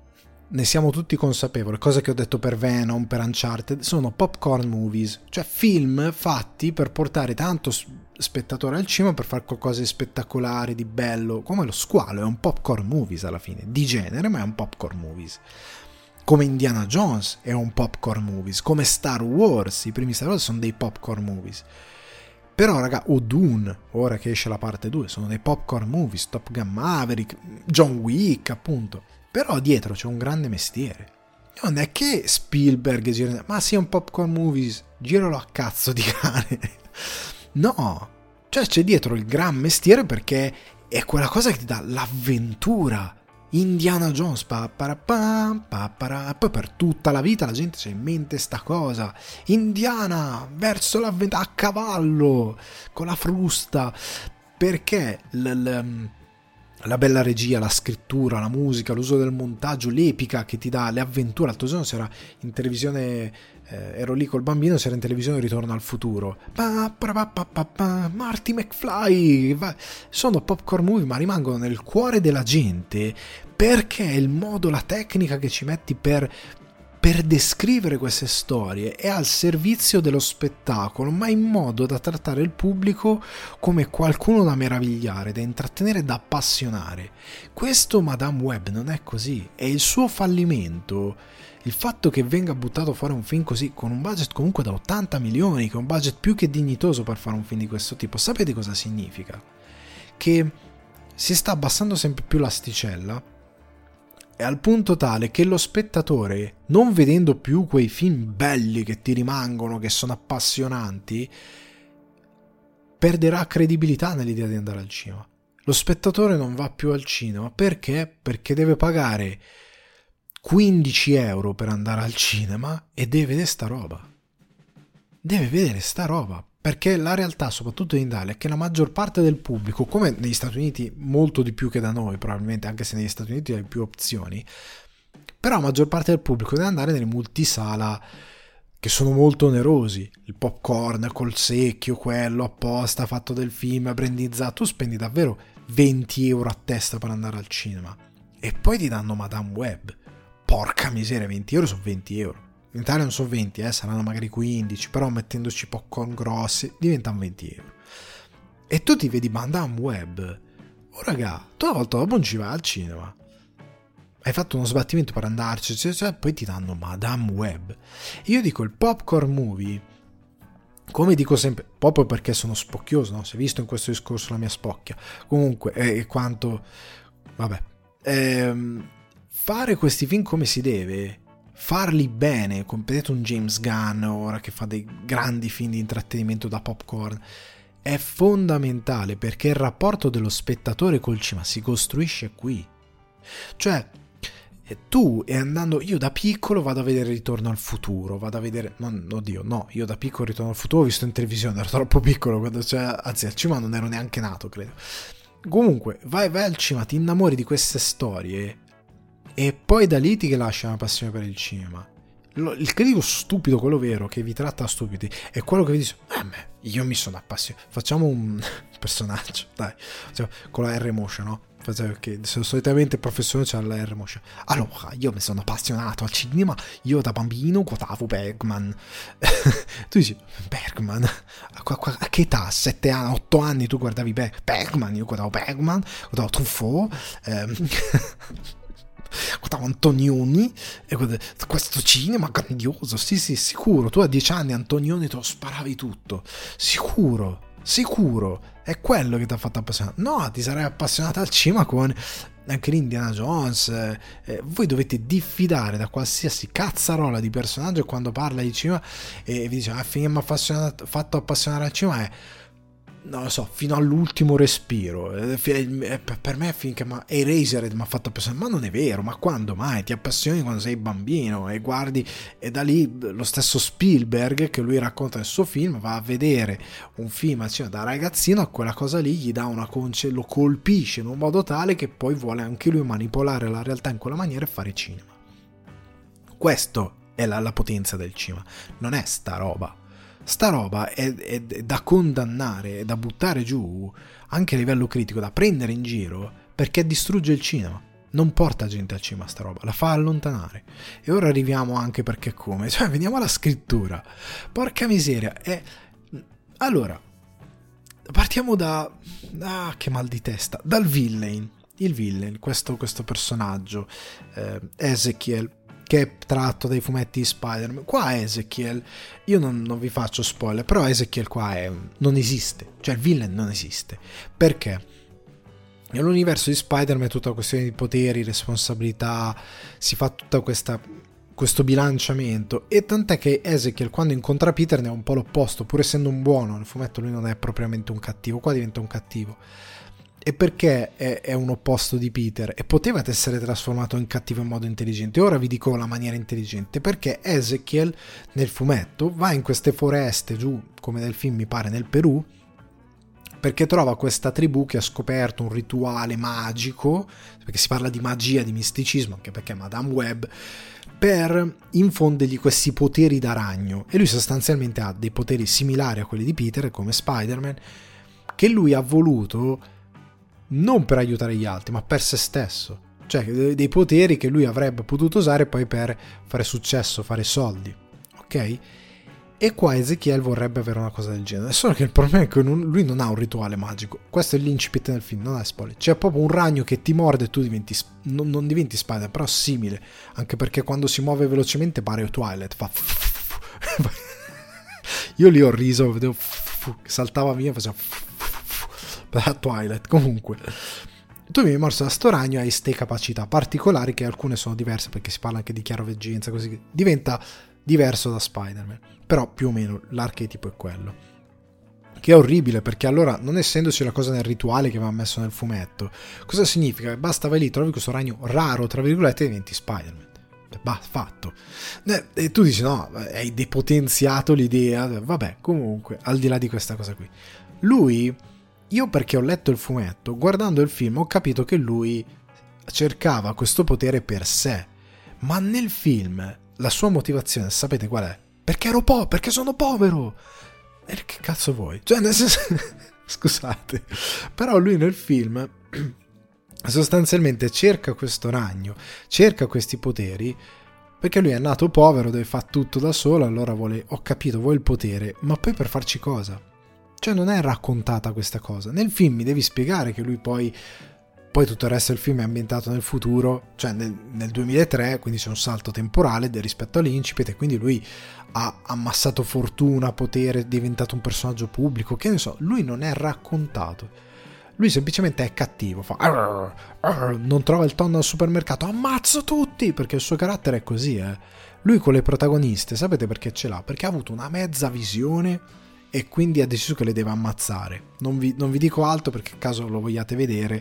ne siamo tutti consapevoli, cosa che ho detto per Venom, per Uncharted, sono popcorn movies, cioè film fatti per portare tanto spettatore al cinema, per fare qualcosa di spettacolare, di bello, come lo Squalo è un popcorn movies alla fine, di genere, ma è un popcorn movies. Come Indiana Jones è un popcorn movies, come Star Wars, i primi Star Wars sono dei popcorn movies. Però raga, o Dune, ora che esce la parte due, sono dei popcorn movies, Top Gun Maverick, John Wick appunto. Però dietro c'è un grande mestiere. Non è che Spielberg gira, ma sì, un popcorn movies, giralo a cazzo di cane. No, cioè c'è dietro il gran mestiere, perché è quella cosa che ti dà l'avventura. Indiana Jones, paparapam, papara, poi per tutta la vita la gente c'ha in mente sta cosa. Indiana verso l'avventura a cavallo con la frusta, perché l- l- la bella regia, la scrittura, la musica, l'uso del montaggio, l'epica che ti dà le avventure. L'altro giorno c'era in televisione, eh, ero lì col bambino, c'era in televisione Ritorno al futuro, pa, pa, pa, pa, pa, pa, Marty McFly, va. Sono popcorn movie ma rimangono nel cuore della gente, perché il modo, la tecnica che ci metti per per descrivere queste storie è al servizio dello spettacolo, ma in modo da trattare il pubblico come qualcuno da meravigliare, da intrattenere, da appassionare. Questo Madame Web non è così, e il suo fallimento, il fatto che venga buttato fuori un film così, con un budget comunque da ottanta milioni, che è un budget più che dignitoso per fare un film di questo tipo, sapete cosa significa? Che si sta abbassando sempre più l'asticella, è al punto tale che lo spettatore, non vedendo più quei film belli che ti rimangono, che sono appassionanti, perderà credibilità nell'idea di andare al cinema. Lo spettatore non va più al cinema perché? Perché deve pagare quindici euro per andare al cinema e deve vedere sta roba. Deve vedere sta roba. Perché la realtà, soprattutto in Italia, è che la maggior parte del pubblico, come negli Stati Uniti, molto di più che da noi probabilmente, anche se negli Stati Uniti hai più opzioni, però la maggior parte del pubblico deve andare nelle multisala che sono molto onerosi, il popcorn col secchio, quello apposta fatto del film, brandizzato. Tu spendi davvero venti euro a testa per andare al cinema e poi ti danno Madame Web. Porca miseria, venti euro sono venti euro. In Italia non sono venti, eh, saranno magari quindici, però mettendoci popcorn grossi diventano venti euro. E tu ti vedi Madame Web. Oh raga, tu una volta dopo non ci vai al cinema, hai fatto uno sbattimento per andarci, cioè, cioè, poi ti danno Madame Web. Io dico, il popcorn movie, come dico sempre, proprio perché sono spocchioso, no? Si è visto in questo discorso la mia spocchia, comunque, e eh, quanto vabbè, ehm, fare questi film come si deve, farli bene, vedete un James Gunn ora che fa dei grandi film di intrattenimento da popcorn, è fondamentale, perché il rapporto dello spettatore col cinema si costruisce qui. Cioè tu, e andando, io da piccolo vado a vedere Ritorno al futuro, vado a vedere, non, oddio no, io da piccolo Ritorno al futuro ho visto in televisione, ero troppo piccolo quando, cioè, anzi al cinema non ero neanche nato credo. Comunque vai, vai al cinema, ti innamori di queste storie e poi da lì ti lascia una passione per il cinema. Il critico stupido, quello vero, che vi tratta stupidi, è quello che vi dice, eh beh, io mi sono appassionato, facciamo un personaggio, dai, cioè, con la R motion, no? Perché solitamente il professore c'ha la R motion. Allora, io mi sono appassionato al cinema, io da bambino guardavo Bergman. Tu dici, Bergman? A, a, a che età? sette anni, otto anni tu guardavi Berg- Bergman? Io guardavo Bergman, guardavo Truffaut, ehm... guardavo Antonioni, e guardavo, questo cinema grandioso, sì sì, sicuro, tu a dieci anni Antonioni te lo sparavi tutto, sicuro. Sicuro, è quello che ti ha fatto appassionare. No, ti sarei appassionato al cinema con anche l'Indiana Jones. Eh, voi dovete diffidare da qualsiasi cazzarola di personaggio quando parla di cinema e vi dice, ah, finché mi ha fatto appassionare al cinema è, non lo so, fino all'ultimo respiro. Per me finché ma Eraserhead mi ha fatto appassionare, ma non è vero, ma quando mai? Ti appassioni quando sei bambino e guardi, e da lì lo stesso Spielberg, che lui racconta nel suo film, va a vedere un film al cinema da ragazzino, a quella cosa lì gli dà una conce, lo colpisce in un modo tale che poi vuole anche lui manipolare la realtà in quella maniera e fare cinema. Questo è la, la potenza del cinema, non è sta roba. Sta roba è, è, è da condannare, è da buttare giù anche a livello critico, da prendere in giro, perché distrugge il cinema. non porta gente al cinema sta roba, la fa allontanare. E ora arriviamo anche perché come, cioè veniamo alla scrittura, porca miseria. E allora partiamo da ah che mal di testa, dal villain, il villain, questo, questo personaggio eh, Ezekiel, che è tratto dai fumetti di Spider-Man. Qua Ezekiel, io non, non vi faccio spoiler, però Ezekiel qua è, non esiste, cioè il villain non esiste. Perché? Nell'universo di Spider-Man tutta questione di poteri, responsabilità, si fa tutta questa questo bilanciamento, e tant'è che Ezekiel quando incontra Peter ne è un po' l'opposto, pur essendo un buono, nel fumetto lui non è propriamente un cattivo, qua diventa un cattivo. E perché è, è un opposto di Peter e poteva essere trasformato in cattivo in modo intelligente? Ora vi dico la maniera intelligente, perché Ezekiel nel fumetto va in queste foreste giù, come nel film mi pare nel Perù, perché trova questa tribù che ha scoperto un rituale magico, perché si parla di magia, di misticismo, anche perché Madame Web, per infondergli questi poteri da ragno, e lui sostanzialmente ha dei poteri similari a quelli di Peter, come Spider-Man, che lui ha voluto non per aiutare gli altri, ma per se stesso, cioè dei poteri che lui avrebbe potuto usare poi per fare successo, fare soldi, ok? E qua Ezekiel vorrebbe avere una cosa del genere, solo che il problema è che lui non ha un rituale magico. Questo è l'incipit del film, non è spoiler. C'è proprio un ragno che ti morde e tu diventi non, non diventi Spider, però simile, anche perché quando si muove velocemente pare Twilight, fa io lì ho riso, vedevo saltava via, faceva da Twilight. Comunque tu mi hai morso da sto ragno, hai ste capacità particolari che alcune sono diverse, perché si parla anche di chiaroveggenza, così diventa diverso da Spider-Man, però più o meno l'archetipo è quello, che è orribile, perché allora, non essendoci la cosa nel rituale che aveva messo nel fumetto, cosa significa? Basta vai lì, trovi questo ragno raro tra virgolette e diventi Spider-Man, bah, fatto. E tu dici no, hai depotenziato l'idea, vabbè. Comunque al di là di questa cosa qui, lui, io perché ho letto il fumetto, guardando il film ho capito che lui cercava questo potere per sé, ma nel film la sua motivazione sapete qual è? Perché ero po', perché sono povero. E che cazzo vuoi? Cioè nel senso scusate, però lui nel film sostanzialmente cerca questo ragno, cerca questi poteri perché lui è nato povero, deve fare tutto da solo, allora vuole, ho capito, vuole il potere, ma poi per farci cosa? Cioè non è raccontata questa cosa. Nel film mi devi spiegare che lui poi poi tutto il resto del film è ambientato nel futuro, cioè nel, nel duemilatré, quindi c'è un salto temporale rispetto all'incipit, e quindi lui ha ammassato fortuna, potere, è diventato un personaggio pubblico, che ne so, lui non è raccontato. Lui semplicemente è cattivo, fa arr, arr, non trova il tonno al supermercato, ammazzo tutti, perché il suo carattere è così, eh. Lui con le protagoniste, sapete perché ce l'ha? Perché ha avuto una mezza visione e quindi ha deciso che le deve ammazzare. Non vi, non vi dico altro perché caso lo vogliate vedere,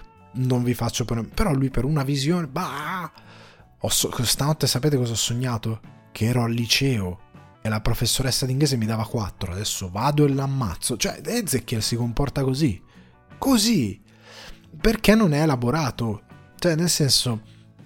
non vi faccio per... però lui per una visione, bah, ho so... stanotte sapete cosa ho sognato? Che ero al liceo e la professoressa d'inglese mi dava quattro, adesso vado e l'ammazzo. Cioè Ezekiel si comporta così così perché non è elaborato, cioè nel senso,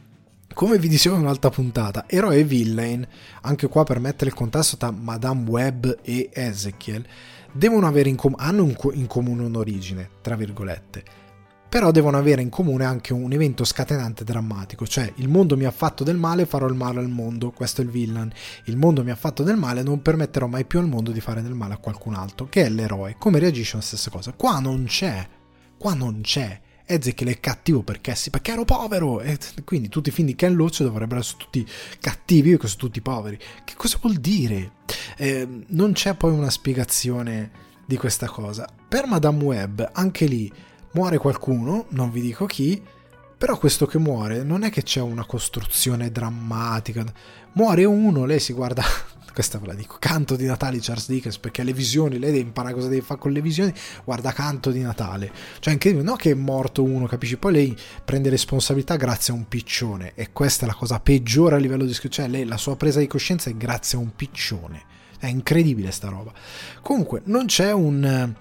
come vi dicevo in un'altra puntata, eroe e villain, anche qua per mettere il contesto tra Madame Web e Ezekiel, devono avere in com- hanno in, co- in comune un'origine, tra virgolette, però devono avere in comune anche un evento scatenante drammatico, cioè il mondo mi ha fatto del male, farò il male al mondo, questo è il villain, il mondo mi ha fatto del male, non permetterò mai più al mondo di fare del male a qualcun altro, che è l'eroe. Come reagisce alla stessa cosa? Qua non c'è, qua non c'è, Ezekiel è cattivo perché sì, perché ero povero, e quindi tutti i film di Ken Loach dovrebbero essere tutti cattivi perché sono tutti poveri. Che cosa vuol dire? Eh, non c'è poi una spiegazione di questa cosa. Per Madame Web, anche lì, muore qualcuno, non vi dico chi, però questo che muore non è che c'è una costruzione drammatica, muore uno, lei si guarda, questa ve la dico, Canto di Natale di Charles Dickens, perché le visioni, lei deve imparare cosa deve fare con le visioni, guarda Canto di Natale, cioè incredibile, no che è morto uno, capisci, poi lei prende responsabilità grazie a un piccione, e questa è la cosa peggiore a livello di scrittura, cioè lei, la sua presa di coscienza è grazie a un piccione, è incredibile sta roba. Comunque non c'è un...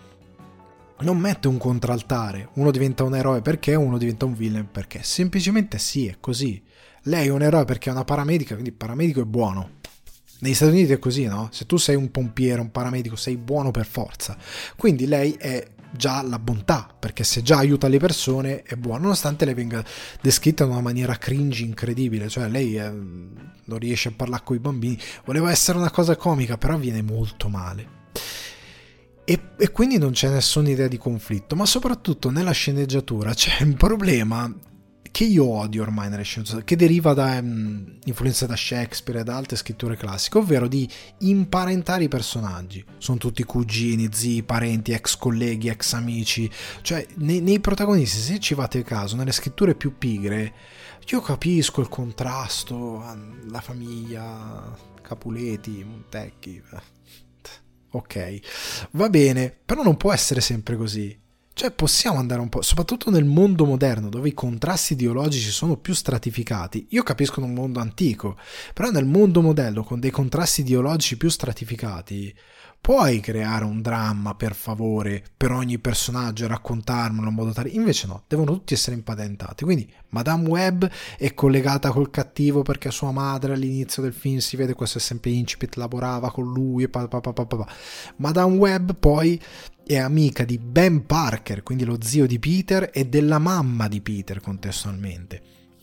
non mette un contraltare, uno diventa un eroe perché, uno diventa un villain perché, semplicemente sì, è così. Lei è un eroe perché è una paramedica, quindi il paramedico è buono. Negli Stati Uniti è così, no? Se tu sei un pompiere, un paramedico, sei buono per forza. Quindi lei è già la bontà, perché se già aiuta le persone è buono, nonostante lei venga descritta in una maniera cringe incredibile, cioè lei eh, non riesce a parlare con i bambini, voleva essere una cosa comica, però viene molto male. E, e quindi non c'è nessuna idea di conflitto, ma soprattutto nella sceneggiatura c'è un problema che io odio ormai nelle sceneggiature, che deriva da um, influenza da Shakespeare e da altre scritture classiche, ovvero di imparentare i personaggi. Sono tutti cugini, zii, parenti, ex colleghi, ex amici, cioè nei, nei protagonisti, se ci fate caso, nelle scritture più pigre, io capisco il contrasto, la famiglia, Capuleti, Montecchi, ok, va bene, però non può essere sempre così. Cioè possiamo andare un po', soprattutto nel mondo moderno dove i contrasti ideologici sono più stratificati. Io capisco in un mondo antico, però nel mondo moderno con dei contrasti ideologici più stratificati puoi creare un dramma, per favore, per ogni personaggio, raccontarmelo in modo tale. Invece no, devono tutti essere impadentati. Quindi Madame Web è collegata col cattivo perché sua madre all'inizio del film si vede, questo è sempre incipit, lavorava con lui e pa, pa, pa, pa, pa. Madame Web poi è amica di Ben Parker, quindi lo zio di Peter, e della mamma di Peter contestualmente.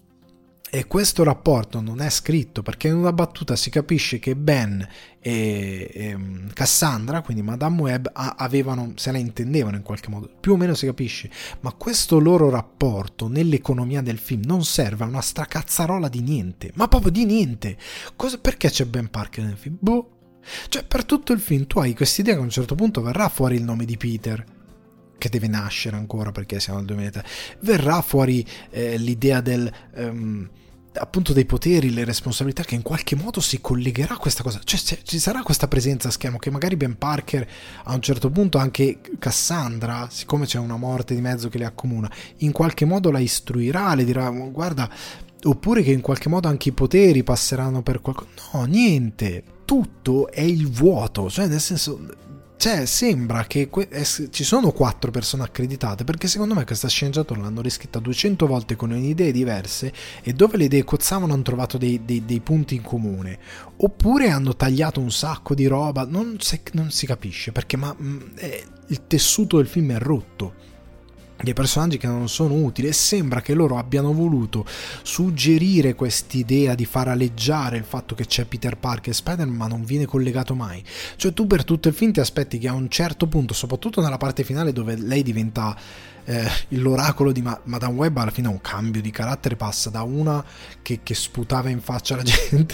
E questo rapporto non è scritto perché in una battuta si capisce che Ben e, e Cassandra, quindi Madame Web, avevano, se la intendevano in qualche modo, più o meno si capisce, ma questo loro rapporto nell'economia del film non serve a una stracazzarola di niente, ma proprio di niente. Cosa, perché c'è Ben Parker nel film? Boh. Cioè per tutto il film tu hai quest'idea che a un certo punto verrà fuori il nome di Peter, che deve nascere ancora perché siamo nel duemilatré, verrà fuori eh, l'idea del um, appunto dei poteri, le responsabilità, che in qualche modo si collegherà a questa cosa, cioè ci sarà questa presenza a schermo che magari Ben Parker a un certo punto, anche Cassandra, siccome c'è una morte di mezzo che le accomuna, in qualche modo la istruirà, le dirà guarda, oppure che in qualche modo anche i poteri passeranno per qualcosa. No, niente, tutto è il vuoto, cioè nel senso, cioè sembra che que- es- ci sono quattro persone accreditate, perché secondo me questa sceneggiatura l'hanno riscritta duecento volte con idee diverse e dove le idee cozzavano hanno trovato dei, dei, dei punti in comune, oppure hanno tagliato un sacco di roba, non, se- non si capisce perché, ma mh, è, il tessuto del film è rotto, dei personaggi che non sono utili, e sembra che loro abbiano voluto suggerire quest'idea di far aleggiare il fatto che c'è Peter Parker e Spider-Man, ma non viene collegato mai. Cioè tu per tutto il film ti aspetti che a un certo punto, soprattutto nella parte finale dove lei diventa eh, l'oracolo di Ma- Madame Web, alla fine ha un cambio di carattere, passa da una che, che sputava in faccia la gente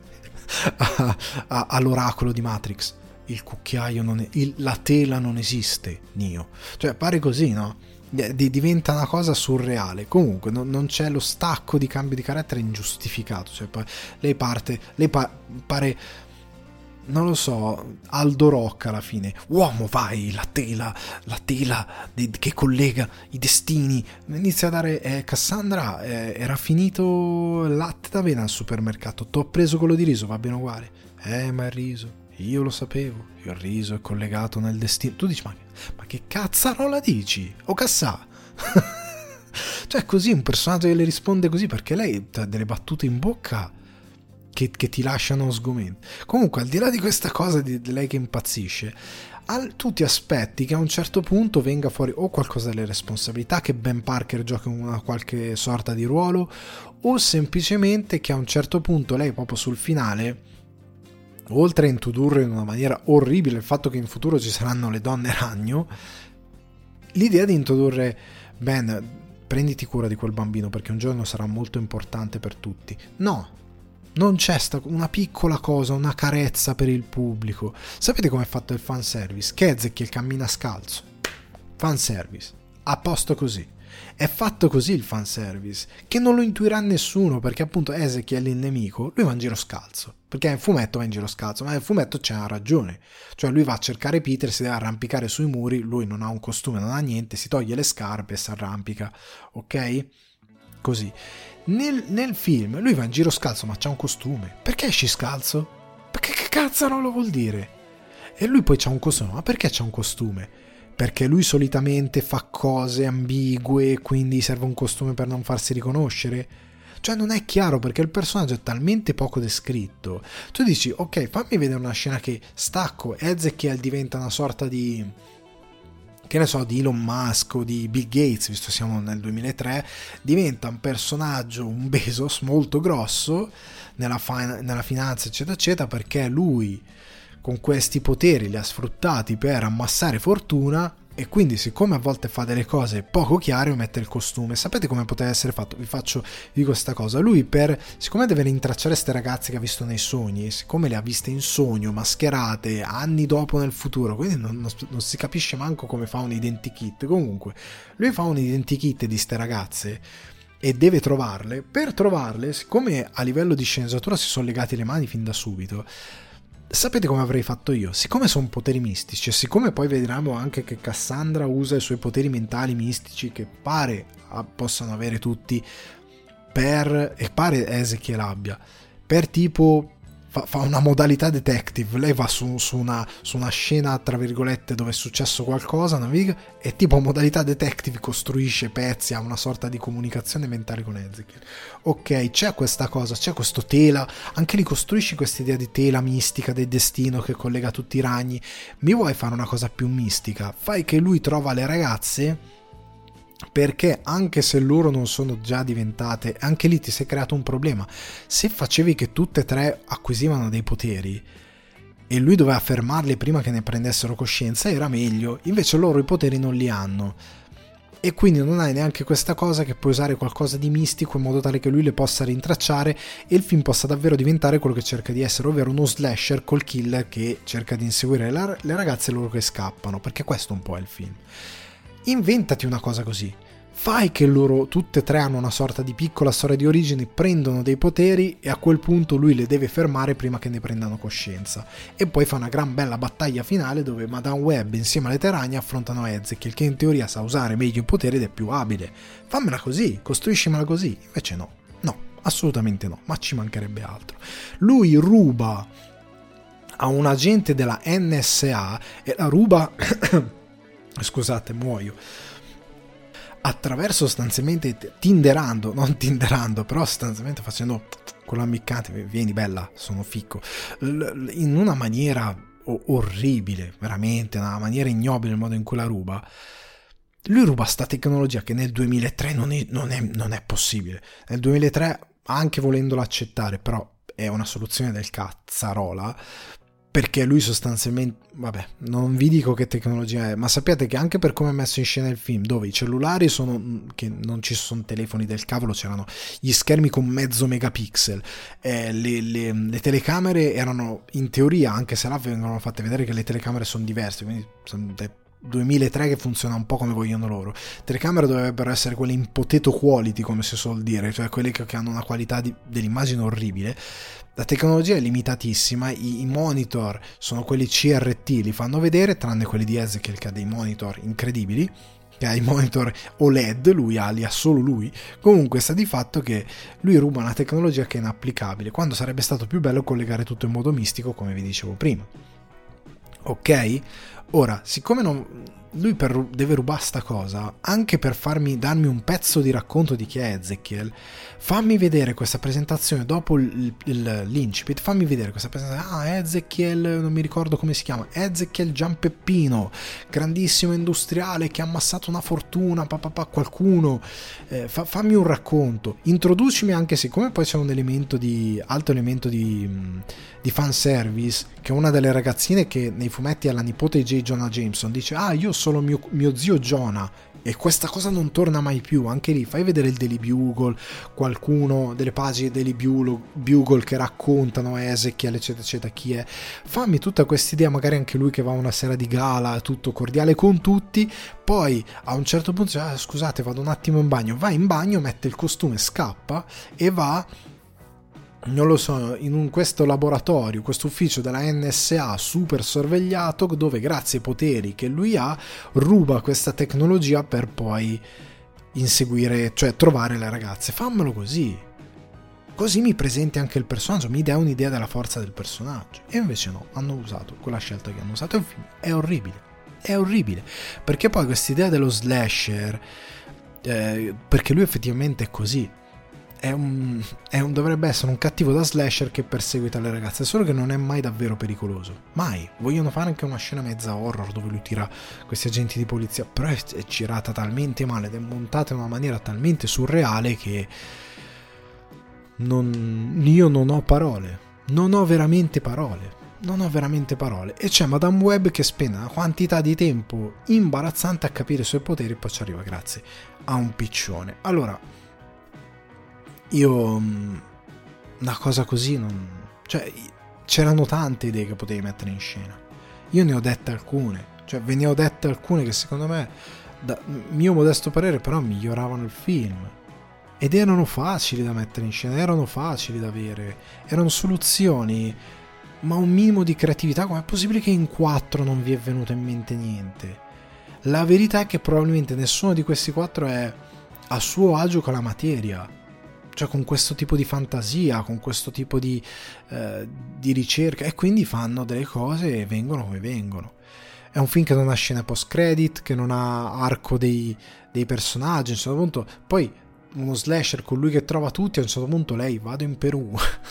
a, a, all'oracolo di Matrix. Il cucchiaio non è, il, la tela non esiste, Neo. Cioè pare così, no? Diventa una cosa surreale. Comunque non, non c'è lo stacco di cambio di carattere ingiustificato, cioè poi lei parte, lei pa- pare, non lo so, Aldo Rock alla fine. Uomo, vai, la tela, la tela di, che collega i destini. Inizia a dare eh, Cassandra, eh, era finito il latte d'avena al supermercato, t'ho preso quello di riso, va bene uguale. Eh, ma il riso, io lo sapevo, il riso è collegato nel destino. Tu dici, ma, ma che cazzarola dici? O Cassà? Cioè così un personaggio che le risponde così, perché lei ha delle battute in bocca che, che ti lasciano sgomenti. Comunque, al di là di questa cosa di, di lei che impazzisce, al, tu ti aspetti che a un certo punto venga fuori o qualcosa delle responsabilità, che Ben Parker giochi una qualche sorta di ruolo, o semplicemente che a un certo punto lei proprio sul finale, oltre a introdurre in una maniera orribile il fatto che in futuro ci saranno le donne ragno, l'idea di introdurre Ben, prenditi cura di quel bambino perché un giorno sarà molto importante per tutti. No, non c'è sta una piccola cosa, una carezza per il pubblico. Sapete com'è fatto il fanservice? Che Ezekiel cammina scalzo, fanservice, a posto così. È fatto così il fanservice, che non lo intuirà nessuno, perché appunto Ezekiel, il nemico, lui va in giro scalzo, perché in fumetto va in giro scalzo, ma nel fumetto c'è una ragione, cioè lui va a cercare Peter, si deve arrampicare sui muri, lui non ha un costume, non ha niente, si toglie le scarpe e si arrampica, ok? Così. Nel, nel film lui va in giro scalzo, ma c'ha un costume. Perché esci scalzo? Perché che cazzo non lo vuol dire? E lui poi c'ha un costume, ma perché c'ha un costume? Perché lui solitamente fa cose ambigue, quindi serve un costume per non farsi riconoscere? Cioè non è chiaro, perché il personaggio è talmente poco descritto. Tu dici, ok, fammi vedere una scena che stacco, Ezekiel diventa una sorta di che ne so, di Elon Musk o di Bill Gates, visto siamo nel duemilatré, diventa un personaggio, un Bezos molto grosso nella, fin- nella finanza eccetera eccetera, perché lui con questi poteri li ha sfruttati per ammassare fortuna, e quindi siccome a volte fa delle cose poco chiare mette il costume. Sapete come poteva essere fatto? Vi faccio, vi dico questa cosa: lui, per siccome deve rintracciare queste ragazze che ha visto nei sogni, siccome le ha viste in sogno mascherate anni dopo nel futuro, quindi non, non, non si capisce manco come fa un identikit, comunque lui fa un identikit di ste ragazze e deve trovarle. Per trovarle, siccome a livello di sceneggiatura si sono legati le mani fin da subito, sapete come avrei fatto io? Siccome sono poteri mistici, e siccome poi vedremo anche che Cassandra usa i suoi poteri mentali mistici, che pare possano avere tutti, per, e pare Ezekiel abbia, per tipo fa, fa una modalità detective. Lei va su, su, una, su una scena tra virgolette dove è successo qualcosa, naviga, e tipo modalità detective costruisce pezzi, ha una sorta di comunicazione mentale con Ezekiel. Ok, c'è questa cosa, c'è questo tela, anche lì costruisci questa idea di tela mistica del destino che collega tutti i ragni. Mi vuoi fare una cosa più mistica? Fai che lui trova le ragazze, perché anche se loro non sono già diventate, anche lì ti sei creato un problema. Se facevi che tutte e tre acquisivano dei poteri e lui doveva fermarli prima che ne prendessero coscienza, era meglio. Invece loro i poteri non li hanno, e quindi non hai neanche questa cosa che puoi usare qualcosa di mistico in modo tale che lui le possa rintracciare e il film possa davvero diventare quello che cerca di essere, ovvero uno slasher col killer che cerca di inseguire le ragazze e loro che scappano, perché questo un po' è il film. Inventati una cosa così, fai che loro tutte e tre hanno una sorta di piccola storia di origine, prendono dei poteri e a quel punto lui le deve fermare prima che ne prendano coscienza, e poi fa una gran bella battaglia finale dove Madame Web insieme alle Terragna affrontano Ezekiel, che in teoria sa usare meglio i poteri ed è più abile. Fammela così, costruiscimela così. Invece no, no, assolutamente no, ma ci mancherebbe altro. Lui ruba a un agente della N S A e la ruba scusate, muoio, attraverso sostanzialmente tinderando, non tinderando, però sostanzialmente facendo con l'ammiccante, vieni bella, sono ficco, in una maniera orribile, veramente, una maniera ignobile il modo in cui la ruba. Lui ruba sta tecnologia che nel duemilatré non è, non è, non è possibile. Nel duemilatré, anche volendolo accettare, però è una soluzione del cazzarola, perché lui sostanzialmente, vabbè, non vi dico che tecnologia è, ma sappiate che anche per come è messo in scena il film, dove i cellulari sono, che non ci sono telefoni del cavolo, c'erano gli schermi con mezzo megapixel, eh, le, le, le telecamere erano in teoria, anche se là vengono fatte vedere che le telecamere sono diverse, quindi sono del duemilatré che funziona un po' come vogliono loro. Telecamere dovrebbero essere quelle in potato quality, come si suol dire, cioè quelle che, che hanno una qualità di, dell'immagine orribile. La tecnologia è limitatissima, i, i monitor sono quelli C R T, li fanno vedere, tranne quelli di Ezekiel che ha dei monitor incredibili, che ha i monitor O L E D, lui ha, li ha solo lui. Comunque sta di fatto che lui ruba una tecnologia che è inapplicabile, quando sarebbe stato più bello collegare tutto in modo mistico, come vi dicevo prima. Ok? Ora, siccome non... lui per, deve rubare sta cosa anche per farmi darmi un pezzo di racconto di chi è Ezekiel, fammi vedere questa presentazione dopo il, il, l'incipit, fammi vedere questa presentazione. Ah, Ezekiel, non mi ricordo come si chiama, Ezekiel Giampeppino, grandissimo industriale che ha ammassato una fortuna, pa, pa, pa, qualcuno, eh, fa, fammi un racconto, introducimi, anche siccome poi c'è un elemento di alto elemento di, di fanservice, che una delle ragazzine che nei fumetti è la nipote di J. Jonah Jameson, dice ah io sono mio, mio zio Jonah, e questa cosa non torna mai più. Anche lì fai vedere il Daily Bugle, qualcuno delle pagine Daily Bugle che raccontano Ezekiel eccetera eccetera chi è, fammi tutta questa idea, magari anche lui che va a una sera di gala tutto cordiale con tutti, poi a un certo punto ah, scusate vado un attimo in bagno, va in bagno, mette il costume, scappa e va, non lo so, in un, questo laboratorio, questo ufficio della N S A super sorvegliato, dove grazie ai poteri che lui ha ruba questa tecnologia per poi inseguire, cioè trovare le ragazze. Fammelo così, così mi presenti anche il personaggio, mi dai un'idea della forza del personaggio. E invece no, hanno usato quella scelta che hanno usato, e il film è orribile, è orribile, perché poi questa idea dello slasher, eh, perché lui effettivamente è così, è un, è un dovrebbe essere un cattivo da slasher che perseguita le ragazze, solo che non è mai davvero pericoloso, mai. Vogliono fare anche una scena mezza horror dove lui tira questi agenti di polizia, però è, è girata talmente male ed è montata in una maniera talmente surreale che non, io non ho parole, non ho veramente parole. Non ho veramente parole. E c'è Madame Web che spende una quantità di tempo imbarazzante a capire i suoi poteri e poi ci arriva grazie a un piccione. Allora, io una cosa così non... Cioè, c'erano tante idee che potevi mettere in scena. Io ne ho dette alcune. Cioè, ve ne ho dette alcune che secondo me, da mio modesto parere, però miglioravano il film. Ed erano facili da mettere in scena, erano facili da avere. Erano soluzioni... ma un minimo di creatività. Com'è possibile che in quattro non vi è venuto in mente niente? La verità è che probabilmente nessuno di questi quattro è a suo agio con la materia, cioè con questo tipo di fantasia, con questo tipo di, eh, di ricerca, e quindi fanno delle cose e vengono come vengono. È un film che non ha scene post credit, che non ha arco dei, dei personaggi. A un certo punto, poi uno slasher con lui che trova tutti, a un certo punto lei vado in Perù.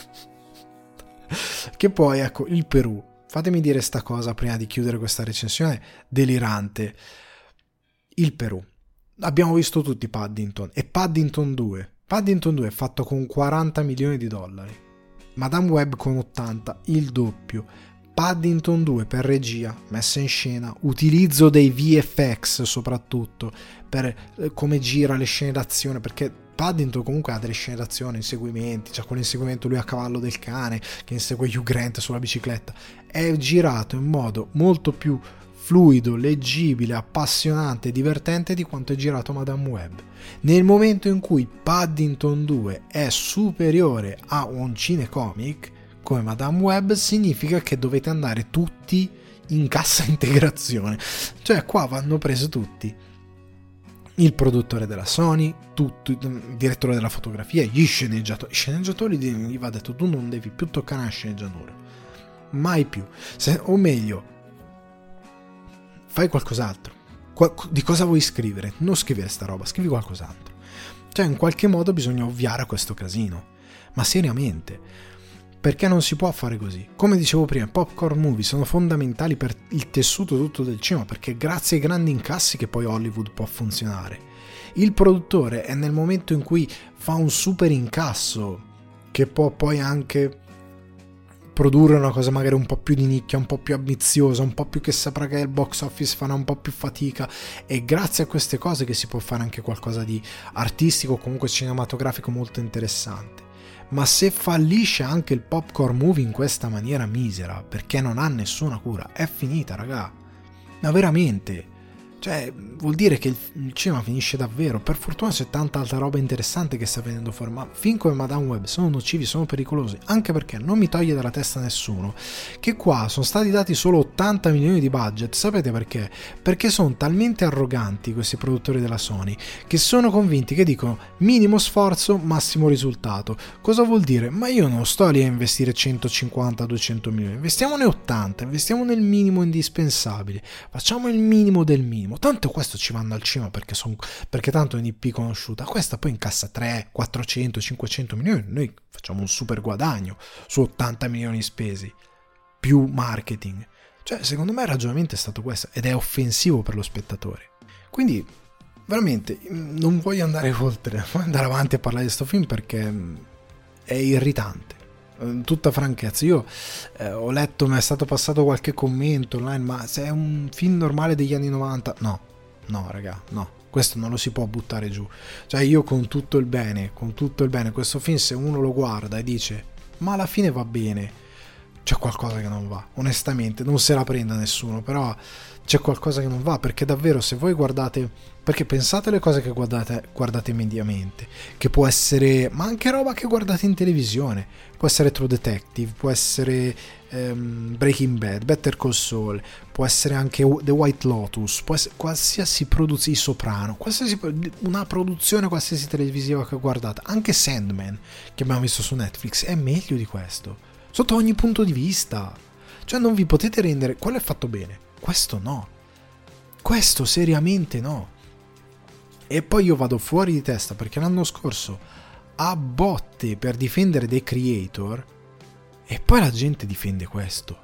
Che poi, ecco, il Perù, fatemi dire sta cosa prima di chiudere questa recensione delirante. Il Perù, abbiamo visto tutti Paddington e Paddington due. Paddington due è fatto con quaranta milioni di dollari, Madame Web con ottanta, il doppio. Paddington due per regia, messa in scena, utilizzo dei V F X soprattutto per come gira le scene d'azione, perché Paddington comunque ha delle scene d'azione, inseguimenti, c'è quell'inseguimento lui a cavallo del cane che insegue Hugh Grant sulla bicicletta, è girato in modo molto più fluido, leggibile, appassionante e divertente di quanto è girato Madame Web. Nel momento in cui Paddington due è superiore a un cinecomic come Madame Web, significa che dovete andare tutti in cassa integrazione, cioè qua vanno preso tutti. Il produttore della Sony, tutto, il direttore della fotografia, gli sceneggiatori. I sceneggiatori gli va detto: tu non devi più toccare una sceneggiatura, mai più. Se, o meglio, fai qualcos'altro. Qual- di cosa vuoi scrivere? Non scrivere sta roba, scrivi qualcos'altro. Cioè, in qualche modo bisogna ovviare a questo casino, ma seriamente. Perché non si può fare così. Come dicevo prima, popcorn movie sono fondamentali per il tessuto tutto del cinema, perché grazie ai grandi incassi che poi Hollywood può funzionare. Il produttore è nel momento in cui fa un super incasso che può poi anche produrre una cosa magari un po' più di nicchia, un po' più ambiziosa, un po' più che saprà che il box office farà un po' più fatica, e grazie a queste cose che si può fare anche qualcosa di artistico o comunque cinematografico molto interessante. Ma se fallisce anche il popcorn movie in questa maniera misera, perché non ha nessuna cura, è finita, raga. Ma veramente, cioè, vuol dire che il cinema finisce davvero. Per fortuna c'è tanta altra roba interessante che sta venendo fuori, ma film come Madame Web sono nocivi, sono pericolosi, anche perché non mi toglie dalla testa nessuno che qua sono stati dati solo ottanta milioni di budget. Sapete perché? Perché sono talmente arroganti questi produttori della Sony che sono convinti, che dicono minimo sforzo, massimo risultato. Cosa vuol dire? Ma io non sto lì a investire centocinquanta duecento milioni, investiamone ottanta, investiamo nel minimo indispensabile, facciamo il minimo del minimo. Tanto questo ci vanno al cinema perché, son, perché tanto è un'I P conosciuta, questa poi incassa trecento, quattrocento, cinquecento milioni, noi facciamo un super guadagno su ottanta milioni spesi più marketing. Cioè, secondo me il ragionamento è stato questo, ed è offensivo per lo spettatore. Quindi veramente non voglio andare oltre, voglio andare avanti a parlare di questo film perché è irritante. In tutta franchezza, io eh, ho letto, mi è stato passato qualche commento online, ma se è un film normale degli anni novanta, no, no raga, no, questo non lo si può buttare giù. Cioè, io con tutto il bene, con tutto il bene, questo film, se uno lo guarda e dice ma alla fine va bene, c'è qualcosa che non va, onestamente, non se la prenda nessuno, però c'è qualcosa che non va, perché davvero, se voi guardate, perché pensate alle cose che guardate, guardate mediamente, che può essere, ma anche roba che guardate in televisione, può essere True Detective, può essere um, Breaking Bad, Better Call Saul, può essere anche The White Lotus, può essere qualsiasi produzione, I Soprano, qualsiasi, una produzione qualsiasi televisiva che guardate, anche Sandman che abbiamo visto su Netflix, è meglio di questo sotto ogni punto di vista. Cioè, non vi potete rendere, quello è fatto bene, questo no, questo seriamente no. E poi io vado fuori di testa perché l'anno scorso a botte per difendere The Creator e poi la gente difende questo.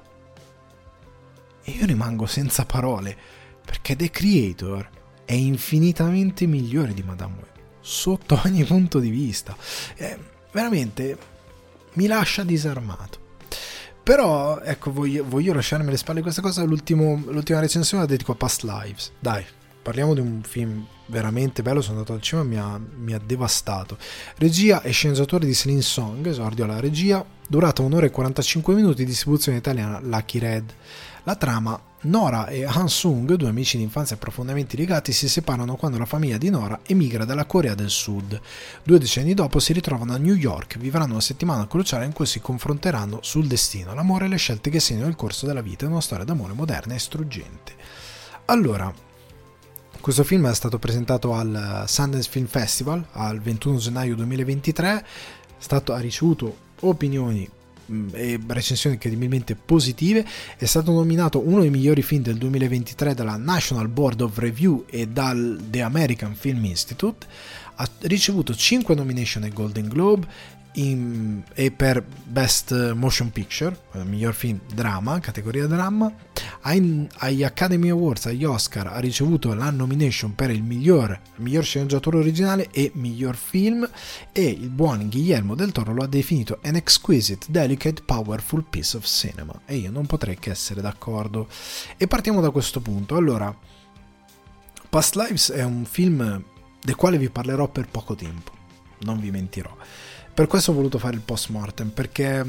E io rimango senza parole, perché The Creator è infinitamente migliore di Madame Web sotto ogni punto di vista. Eh, veramente mi lascia disarmato. Però ecco, voglio, voglio lasciarmi alle spalle questa cosa. L'ultimo, l'ultima recensione la dedico a Past Lives. Dai, parliamo di un film veramente bello. Sono andato al cinema, mi ha, mi ha devastato. Regia e sceneggiatore di Celine Song, esordio alla regia, durata un'ora e quarantacinque minuti, distribuzione italiana Lucky Red. La trama: Nora e Han Sung, due amici di infanzia profondamente legati, si separano quando la famiglia di Nora emigra dalla Corea del Sud. Due decenni dopo si ritrovano a New York, vivranno una settimana cruciale in cui si confronteranno sul destino, l'amore e le scelte che segnano il corso della vita, una storia d'amore moderna e struggente. Allora, questo film è stato presentato al Sundance Film Festival al ventuno gennaio duemilaventitré, è stato, ha ricevuto opinioni e recensioni incredibilmente positive, è stato nominato uno dei migliori film del duemilaventitré dalla National Board of Review e dal The American Film Institute, ha ricevuto cinque nomination ai Golden Globe in, e per Best Motion Picture, miglior film drama, categoria drama, ai, agli Academy Awards, agli Oscar ha ricevuto la nomination per il miglior, miglior sceneggiatore originale e miglior film, e il buon Guillermo del Toro lo ha definito an exquisite, delicate, powerful piece of cinema, e io non potrei che essere d'accordo. E partiamo da questo punto. Allora, Past Lives è un film del quale vi parlerò per poco tempo, non vi mentirò. Per questo ho voluto fare il post mortem, perché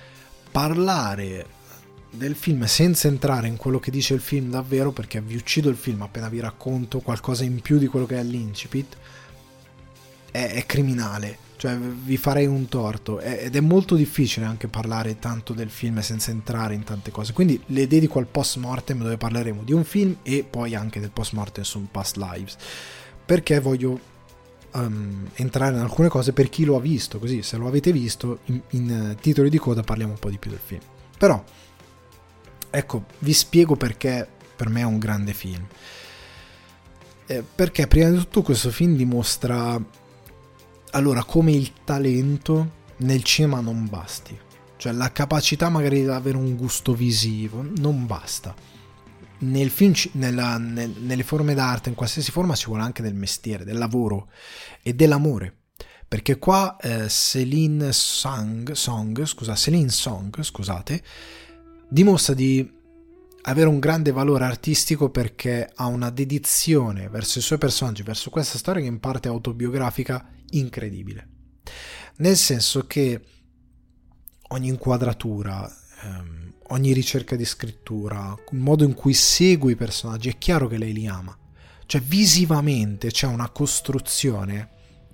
parlare del film senza entrare in quello che dice il film davvero, perché vi uccido il film appena vi racconto qualcosa in più di quello che è l'incipit, è, è criminale, cioè vi farei un torto, è, ed è molto difficile anche parlare tanto del film senza entrare in tante cose, quindi le dedico al post mortem, dove parleremo di un film e poi anche del post mortem su Past Lives, perché voglio Um, entrare in alcune cose per chi lo ha visto, così se lo avete visto in, in titoli di coda parliamo un po' di più del film. Però ecco, vi spiego perché per me è un grande film, eh, perché prima di tutto questo film dimostra allora come il talento nel cinema non basti, cioè la capacità magari di avere un gusto visivo non basta. Nel film, nella, nel, nelle forme d'arte, in qualsiasi forma, ci vuole anche del mestiere, del lavoro e dell'amore, perché qua eh, Celine Song, Song, scusa, Celine Song, scusate, dimostra di avere un grande valore artistico, perché ha una dedizione verso i suoi personaggi, verso questa storia che in parte è autobiografica, incredibile, nel senso che ogni inquadratura, ehm, ogni ricerca di scrittura, il modo in cui segue i personaggi, è chiaro che lei li ama, cioè visivamente c'è una costruzione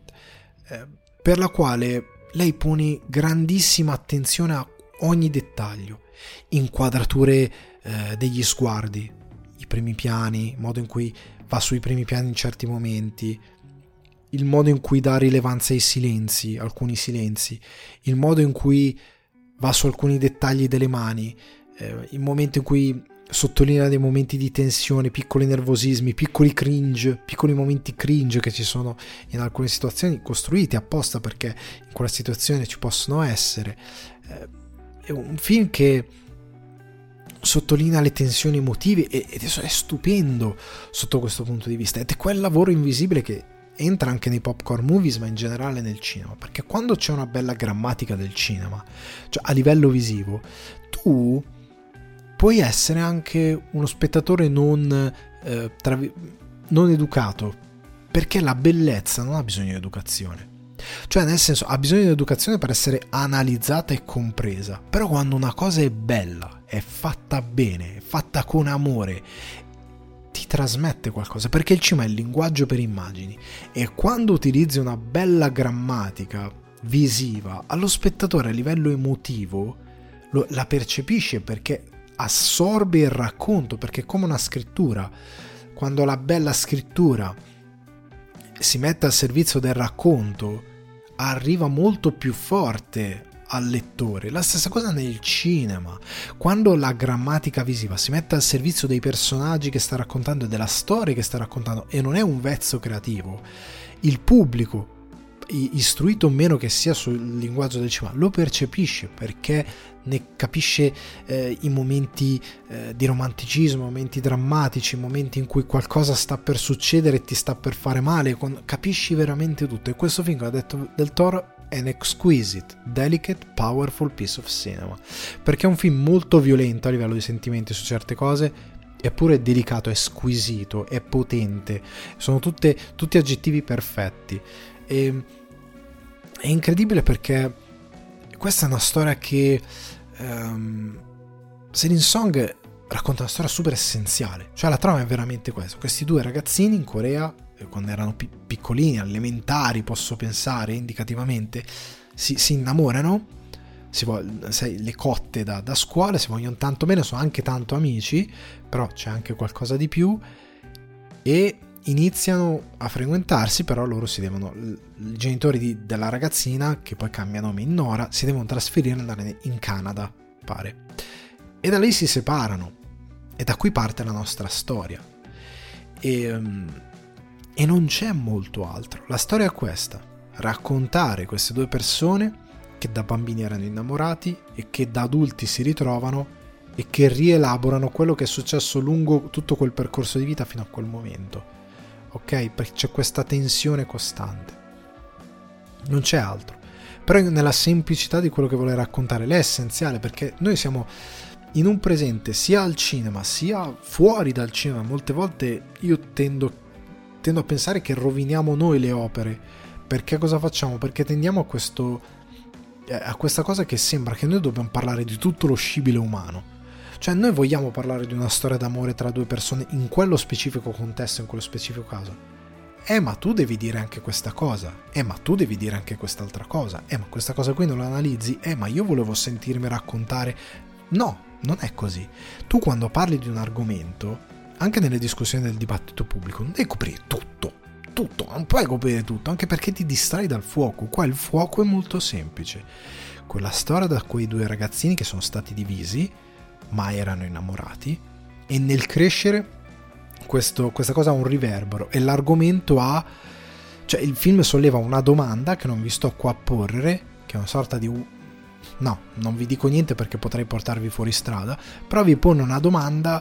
eh, per la quale lei pone grandissima attenzione a ogni dettaglio, inquadrature eh, degli sguardi, i primi piani, il modo in cui va sui primi piani in certi momenti, il modo in cui dà rilevanza ai silenzi, alcuni silenzi, il modo in cui va su alcuni dettagli delle mani, eh, il momento in cui sottolinea dei momenti di tensione, piccoli nervosismi, piccoli cringe, piccoli momenti cringe che ci sono in alcune situazioni, costruiti apposta perché in quella situazione ci possono essere. Eh, è un film che sottolinea le tensioni emotive ed è stupendo sotto questo punto di vista, ed è quel lavoro invisibile che entra anche nei popcorn movies, ma in generale nel cinema, perché quando c'è una bella grammatica del cinema, cioè a livello visivo, tu puoi essere anche uno spettatore non, eh, tra, non educato, perché la bellezza non ha bisogno di educazione, cioè nel senso ha bisogno di educazione per essere analizzata e compresa, però quando una cosa è bella, è fatta bene, è fatta con amore, ti trasmette qualcosa, perché il cinema è il linguaggio per immagini, e quando utilizzi una bella grammatica visiva, allo spettatore a livello emotivo lo, la percepisce, perché assorbe il racconto, perché è come una scrittura. Quando la bella scrittura si mette al servizio del racconto, arriva molto più forte al lettore. La stessa cosa nel cinema, quando la grammatica visiva si mette al servizio dei personaggi che sta raccontando e della storia che sta raccontando, e non è un vezzo creativo, il pubblico istruito o meno che sia sul linguaggio del cinema, lo percepisce perché ne capisce eh, i momenti eh, di romanticismo, momenti drammatici, momenti in cui qualcosa sta per succedere e ti sta per fare male, con, capisci veramente tutto. E questo film, come ha detto Del Toro, è an exquisite, delicate, powerful piece of cinema, perché è un film molto violento a livello di sentimenti su certe cose, eppure è delicato, è squisito, è potente, sono tutte, tutti aggettivi perfetti. E, è incredibile perché questa è una storia che um, Selin Song racconta una storia super essenziale, cioè la trama è veramente questa: questi due ragazzini in Corea, quando erano pi- piccolini, elementari, posso pensare indicativamente, si, si innamorano, si vogliono, sai, le cotte da, da scuola, si vogliono tanto bene, sono anche tanto amici, però c'è anche qualcosa di più, e iniziano a frequentarsi. Però loro si devono, i genitori di, della ragazzina, che poi cambia nome in Nora, si devono trasferire e andare in Canada, pare, e da lì si separano, e da qui parte la nostra storia. E, e non c'è molto altro, la storia è questa: raccontare queste due persone che da bambini erano innamorati e che da adulti si ritrovano e che rielaborano quello che è successo lungo tutto quel percorso di vita fino a quel momento, ok? Perché c'è questa tensione costante, non c'è altro. Però nella semplicità di quello che vuole raccontare, lei è essenziale, perché noi siamo in un presente sia al cinema sia fuori dal cinema. Molte volte io tendo, tendo a pensare che roviniamo noi le opere, perché cosa facciamo? Perché tendiamo a questo a questa cosa che sembra che noi dobbiamo parlare di tutto lo scibile umano. Cioè noi vogliamo parlare di una storia d'amore tra due persone in quello specifico contesto, in quello specifico caso. Eh ma tu devi dire anche questa cosa, eh ma tu devi dire anche quest'altra cosa, eh ma questa cosa qui non la analizzi, eh ma io volevo sentirmi raccontare. No, non è così. Tu quando parli di un argomento, anche nelle discussioni del dibattito pubblico, non devi coprire tutto, tutto, non puoi coprire tutto, anche perché ti distrai dal fuoco. Qua il fuoco è molto semplice. Quella storia da quei due ragazzini che sono stati divisi, ma erano innamorati, e nel crescere questo, questa cosa ha un riverbero, e l'argomento ha, cioè il film solleva una domanda che non vi sto qua a porre, che è una sorta di, no, non vi dico niente perché potrei portarvi fuori strada, però vi pone una domanda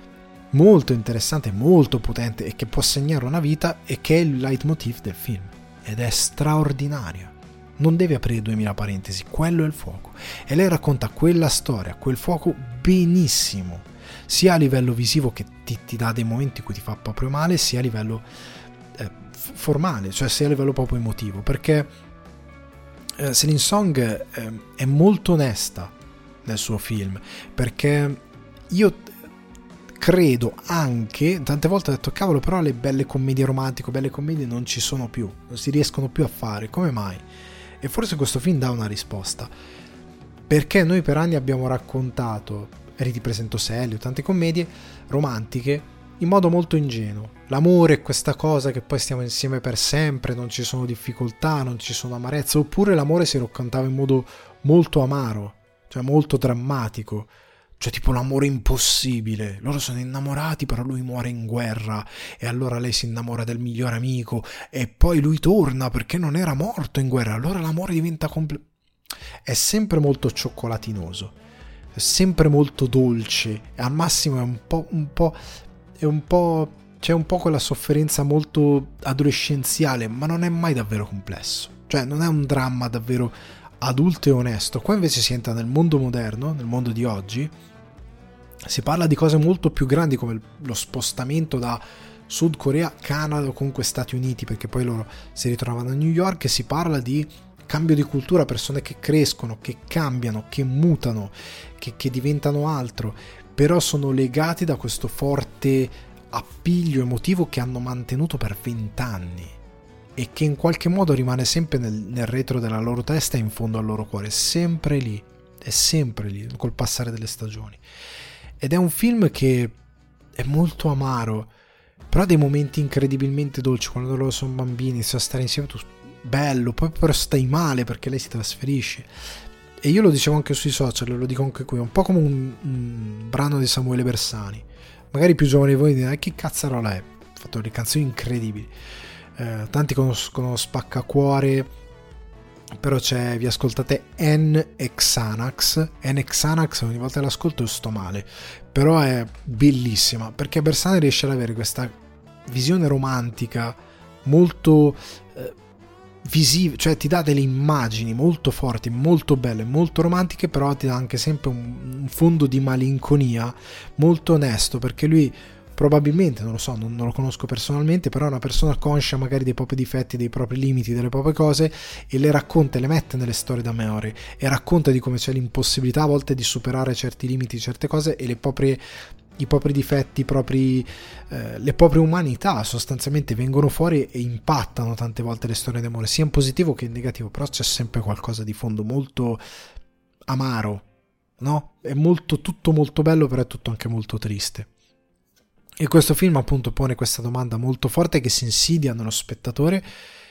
molto interessante, molto potente, e che può segnare una vita, e che è il leitmotiv del film, ed è straordinaria. Non deve aprire duemila parentesi, quello è il fuoco, e lei racconta quella storia, quel fuoco benissimo, sia a livello visivo, che ti, ti dà dei momenti in cui ti fa proprio male, sia a livello eh, formale, cioè sia a livello proprio emotivo, perché eh, Selin Song eh, è molto onesta nel suo film, perché io credo anche, tante volte ho detto cavolo, però le belle commedie romantiche, belle commedie non ci sono più, non si riescono più a fare, come mai? E forse questo film dà una risposta, perché noi per anni abbiamo raccontato, Riti presento Sally o tante commedie romantiche, in modo molto ingenuo. L'amore è questa cosa che poi stiamo insieme per sempre, non ci sono difficoltà, non ci sono amarezze, oppure l'amore si raccontava in modo molto amaro, cioè molto drammatico, cioè tipo l'amore impossibile. Loro sono innamorati, però lui muore in guerra, e allora lei si innamora del migliore amico, e poi lui torna perché non era morto in guerra, allora l'amore diventa completo. È sempre molto cioccolatinoso, è sempre molto dolce, e al massimo è un po' un po' è un po' c'è un po' quella sofferenza molto adolescenziale, ma non è mai davvero complesso, cioè non è un dramma davvero adulto e onesto. Qua invece si entra nel mondo moderno, nel mondo di oggi, si parla di cose molto più grandi, come lo spostamento da Sud Corea, Canada o comunque Stati Uniti, perché poi loro si ritrovano a New York, e si parla di cambio di cultura, persone che crescono, che cambiano, che mutano, che, che diventano altro, però sono legati da questo forte appiglio emotivo che hanno mantenuto per vent'anni, e che in qualche modo rimane sempre nel, nel retro della loro testa e in fondo al loro cuore, è sempre lì, è sempre lì col passare delle stagioni. Ed è un film che è molto amaro, però ha dei momenti incredibilmente dolci, quando loro sono bambini, si va a stare insieme, tu, bello, poi però stai male perché lei si trasferisce. E io lo dicevo anche sui social, lo dico anche qui, è un po' come un, un brano di Samuele Bersani, magari più giovani di voi diranno, eh, che cazzarola è, ha fatto delle canzoni incredibili, eh, tanti conoscono Spaccacuore, però c'è, vi ascoltate N e Xanax. N e Xanax ogni volta che l'ascolto sto male, però è bellissima perché Bersani riesce ad avere questa visione romantica molto eh, visiva, cioè ti dà delle immagini molto forti, molto belle, molto romantiche, però ti dà anche sempre un, un fondo di malinconia molto onesto, perché lui probabilmente, non lo so, non, non lo conosco personalmente, però è una persona conscia magari dei propri difetti, dei propri limiti, delle proprie cose, e le racconta e le mette nelle storie d'amore e racconta di come c'è l'impossibilità a volte di superare certi limiti, certe cose, e le proprie i propri difetti, i propri, eh, le proprie umanità sostanzialmente vengono fuori e impattano tante volte le storie d'amore, sia in positivo che in negativo, però c'è sempre qualcosa di fondo molto amaro, no? È molto, tutto molto bello, però è tutto anche molto triste. E questo film appunto pone questa domanda molto forte che si insidia nello spettatore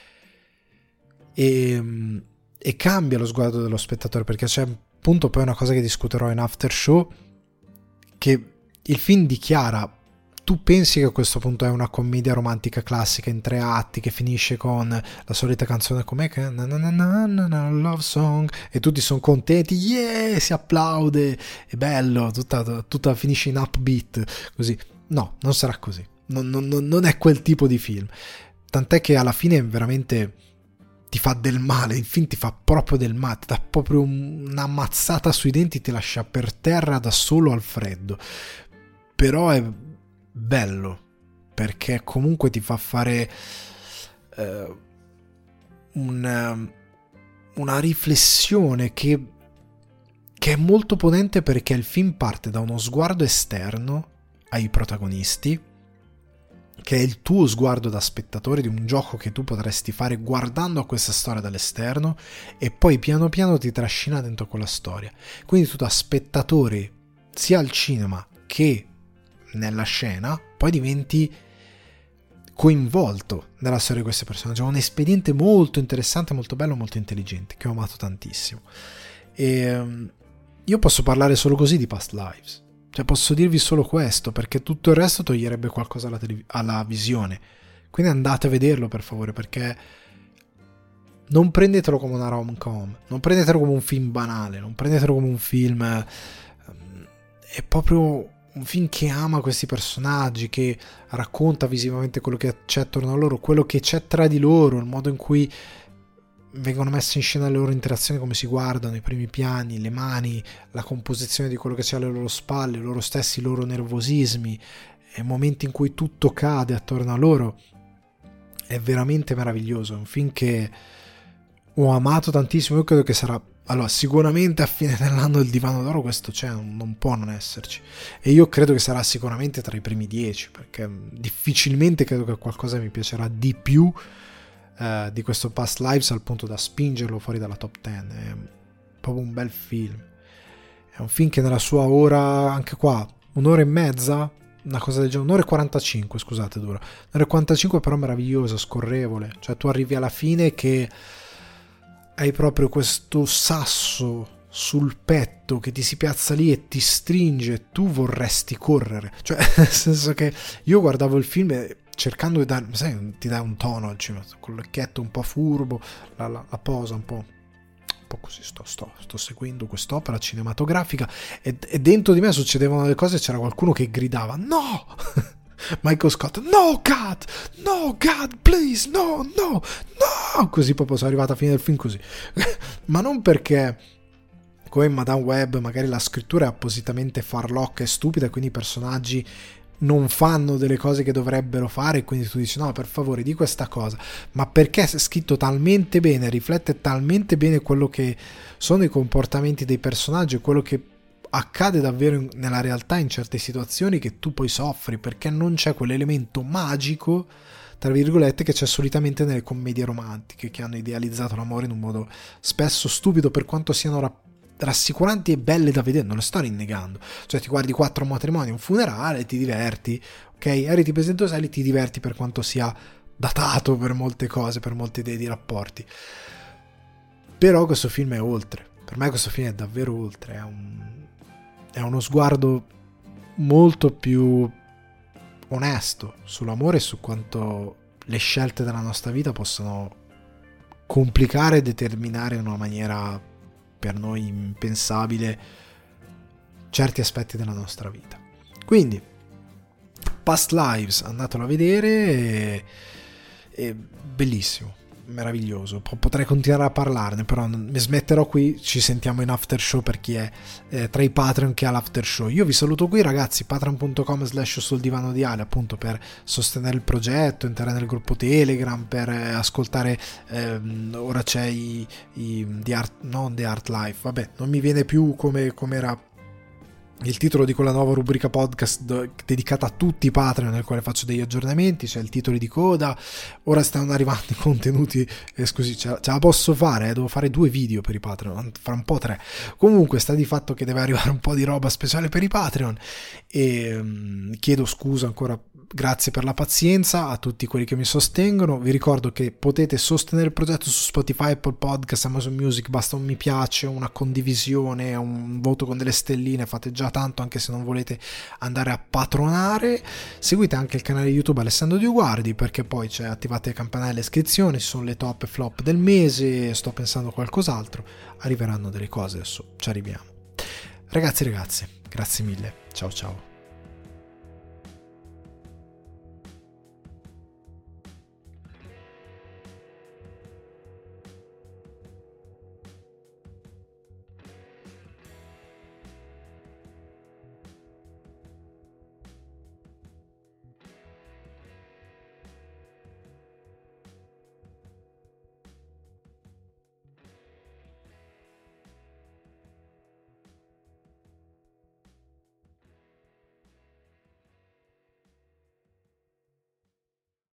e, e cambia lo sguardo dello spettatore, perché c'è appunto poi una cosa che discuterò in after show, che il film dichiara: tu pensi che a questo punto è una commedia romantica classica in tre atti che finisce con la solita canzone, com'è che na na na na na na, love song, e tutti sono contenti, yeah, si applaude, è bello, tutta, tutta finisce in upbeat così. No, non sarà così, non, non, non è quel tipo di film, tant'è che alla fine veramente ti fa del male, il film ti fa proprio del male, ti dà proprio una mazzata sui denti, ti lascia per terra da solo al freddo. Però è bello perché comunque ti fa fare eh, un, una riflessione che, che è molto potente, perché il film parte da uno sguardo esterno ai protagonisti, che è il tuo sguardo da spettatore di un gioco che tu potresti fare guardando a questa storia dall'esterno, e poi piano piano ti trascina dentro quella storia. Quindi tu da spettatore sia al cinema che nella scena poi diventi coinvolto nella storia di queste persone. C'è un espediente molto interessante, molto bello, molto intelligente, che ho amato tantissimo. E io posso parlare solo così di Past Lives, cioè posso dirvi solo questo, perché tutto il resto toglierebbe qualcosa alla, telev- alla visione. Quindi andate a vederlo per favore, perché non prendetelo come una rom-com, non prendetelo come un film banale, non prendetelo come un film um, è proprio un film che ama questi personaggi, che racconta visivamente quello che c'è attorno a loro, quello che c'è tra di loro, il modo in cui vengono messe in scena le loro interazioni, come si guardano, i primi piani, le mani, la composizione di quello che c'è alle loro spalle, loro stessi, i loro nervosismi, i momenti in cui tutto cade attorno a loro. È veramente meraviglioso, è un film che ho amato tantissimo. Io credo che sarà, allora, sicuramente a fine dell'anno del Divano d'Oro questo c'è, non può non esserci, e io credo che sarà sicuramente tra i primi dieci, perché difficilmente credo che qualcosa mi piacerà di più eh, di questo Past Lives, al punto da spingerlo fuori dalla top dieci. È proprio un bel film, è un film che nella sua ora, anche qua un'ora e mezza, una cosa del genere, un'ora e quarantacinque, scusate, dura un'ora e quarantacinque, però meravigliosa, scorrevole, cioè tu arrivi alla fine che hai proprio questo sasso sul petto che ti si piazza lì e ti stringe, e tu vorresti correre, cioè nel senso che io guardavo il film cercando di dare, sai, ti dà un tono al cinema, con l'occhietto un po' furbo, la, la, la posa un po', un po' così, sto, sto, sto seguendo quest'opera cinematografica, e, e dentro di me succedevano delle cose, c'era qualcuno che gridava no! Michael Scott, no God, no God, please, no, no, no, così proprio sono arrivata a fine del film così. Ma non perché come in Madame Web magari la scrittura è appositamente farlocca e stupida e quindi i personaggi non fanno delle cose che dovrebbero fare e quindi tu dici no, per favore, di questa cosa, ma perché è scritto talmente bene, riflette talmente bene quello che sono i comportamenti dei personaggi e quello che accade davvero nella realtà in certe situazioni, che tu poi soffri, perché non c'è quell'elemento magico, tra virgolette, che c'è solitamente nelle commedie romantiche, che hanno idealizzato l'amore in un modo spesso stupido, per quanto siano ra- rassicuranti e belle da vedere, non le sto rinnegando. Cioè ti guardi quattro matrimoni, un funerale, ti diverti, ok? Harry ti presento Sally, ti diverti, per quanto sia datato per molte cose, per molte idee di rapporti. Però questo film è oltre, per me questo film è davvero oltre, è un è uno sguardo molto più onesto sull'amore e su quanto le scelte della nostra vita possono complicare e determinare in una maniera per noi impensabile certi aspetti della nostra vita. Quindi Past Lives, andatelo a vedere, è bellissimo, meraviglioso. Potrei continuare a parlarne, però mi smetterò qui. Ci sentiamo in after show per chi è eh, tra i Patreon che ha l'after show. Io vi saluto qui, ragazzi. Patreon punto com slash sul divano di Ale, appunto, per sostenere il progetto, entrare nel gruppo Telegram, per eh, ascoltare ehm, ora c'è i, i The Art, non The Art Life, vabbè, non mi viene più come era il titolo di quella nuova rubrica podcast dedicata a tutti i Patreon, nel quale faccio degli aggiornamenti. C'è il titolo di coda, ora stanno arrivando i contenuti esclusivi, ce, ce la posso fare, eh? Devo fare due video per i Patreon, fra un po' tre. Comunque sta di fatto che deve arrivare un po' di roba speciale per i Patreon, e um, chiedo scusa ancora. Grazie per la pazienza a tutti quelli che mi sostengono. Vi ricordo che potete sostenere il progetto su Spotify, Apple Podcast, Amazon Music. Basta un mi piace, una condivisione, un voto con delle stelline. Fate già tanto, anche se non volete andare a patronare. Seguite anche il canale YouTube Alessandro Dioguardi, perché poi c'è, attivate le campanelle e iscrizioni, ci sono le top e flop del mese. Sto pensando a qualcos'altro, arriveranno delle cose, adesso ci arriviamo. Ragazzi e ragazze, grazie mille, ciao ciao.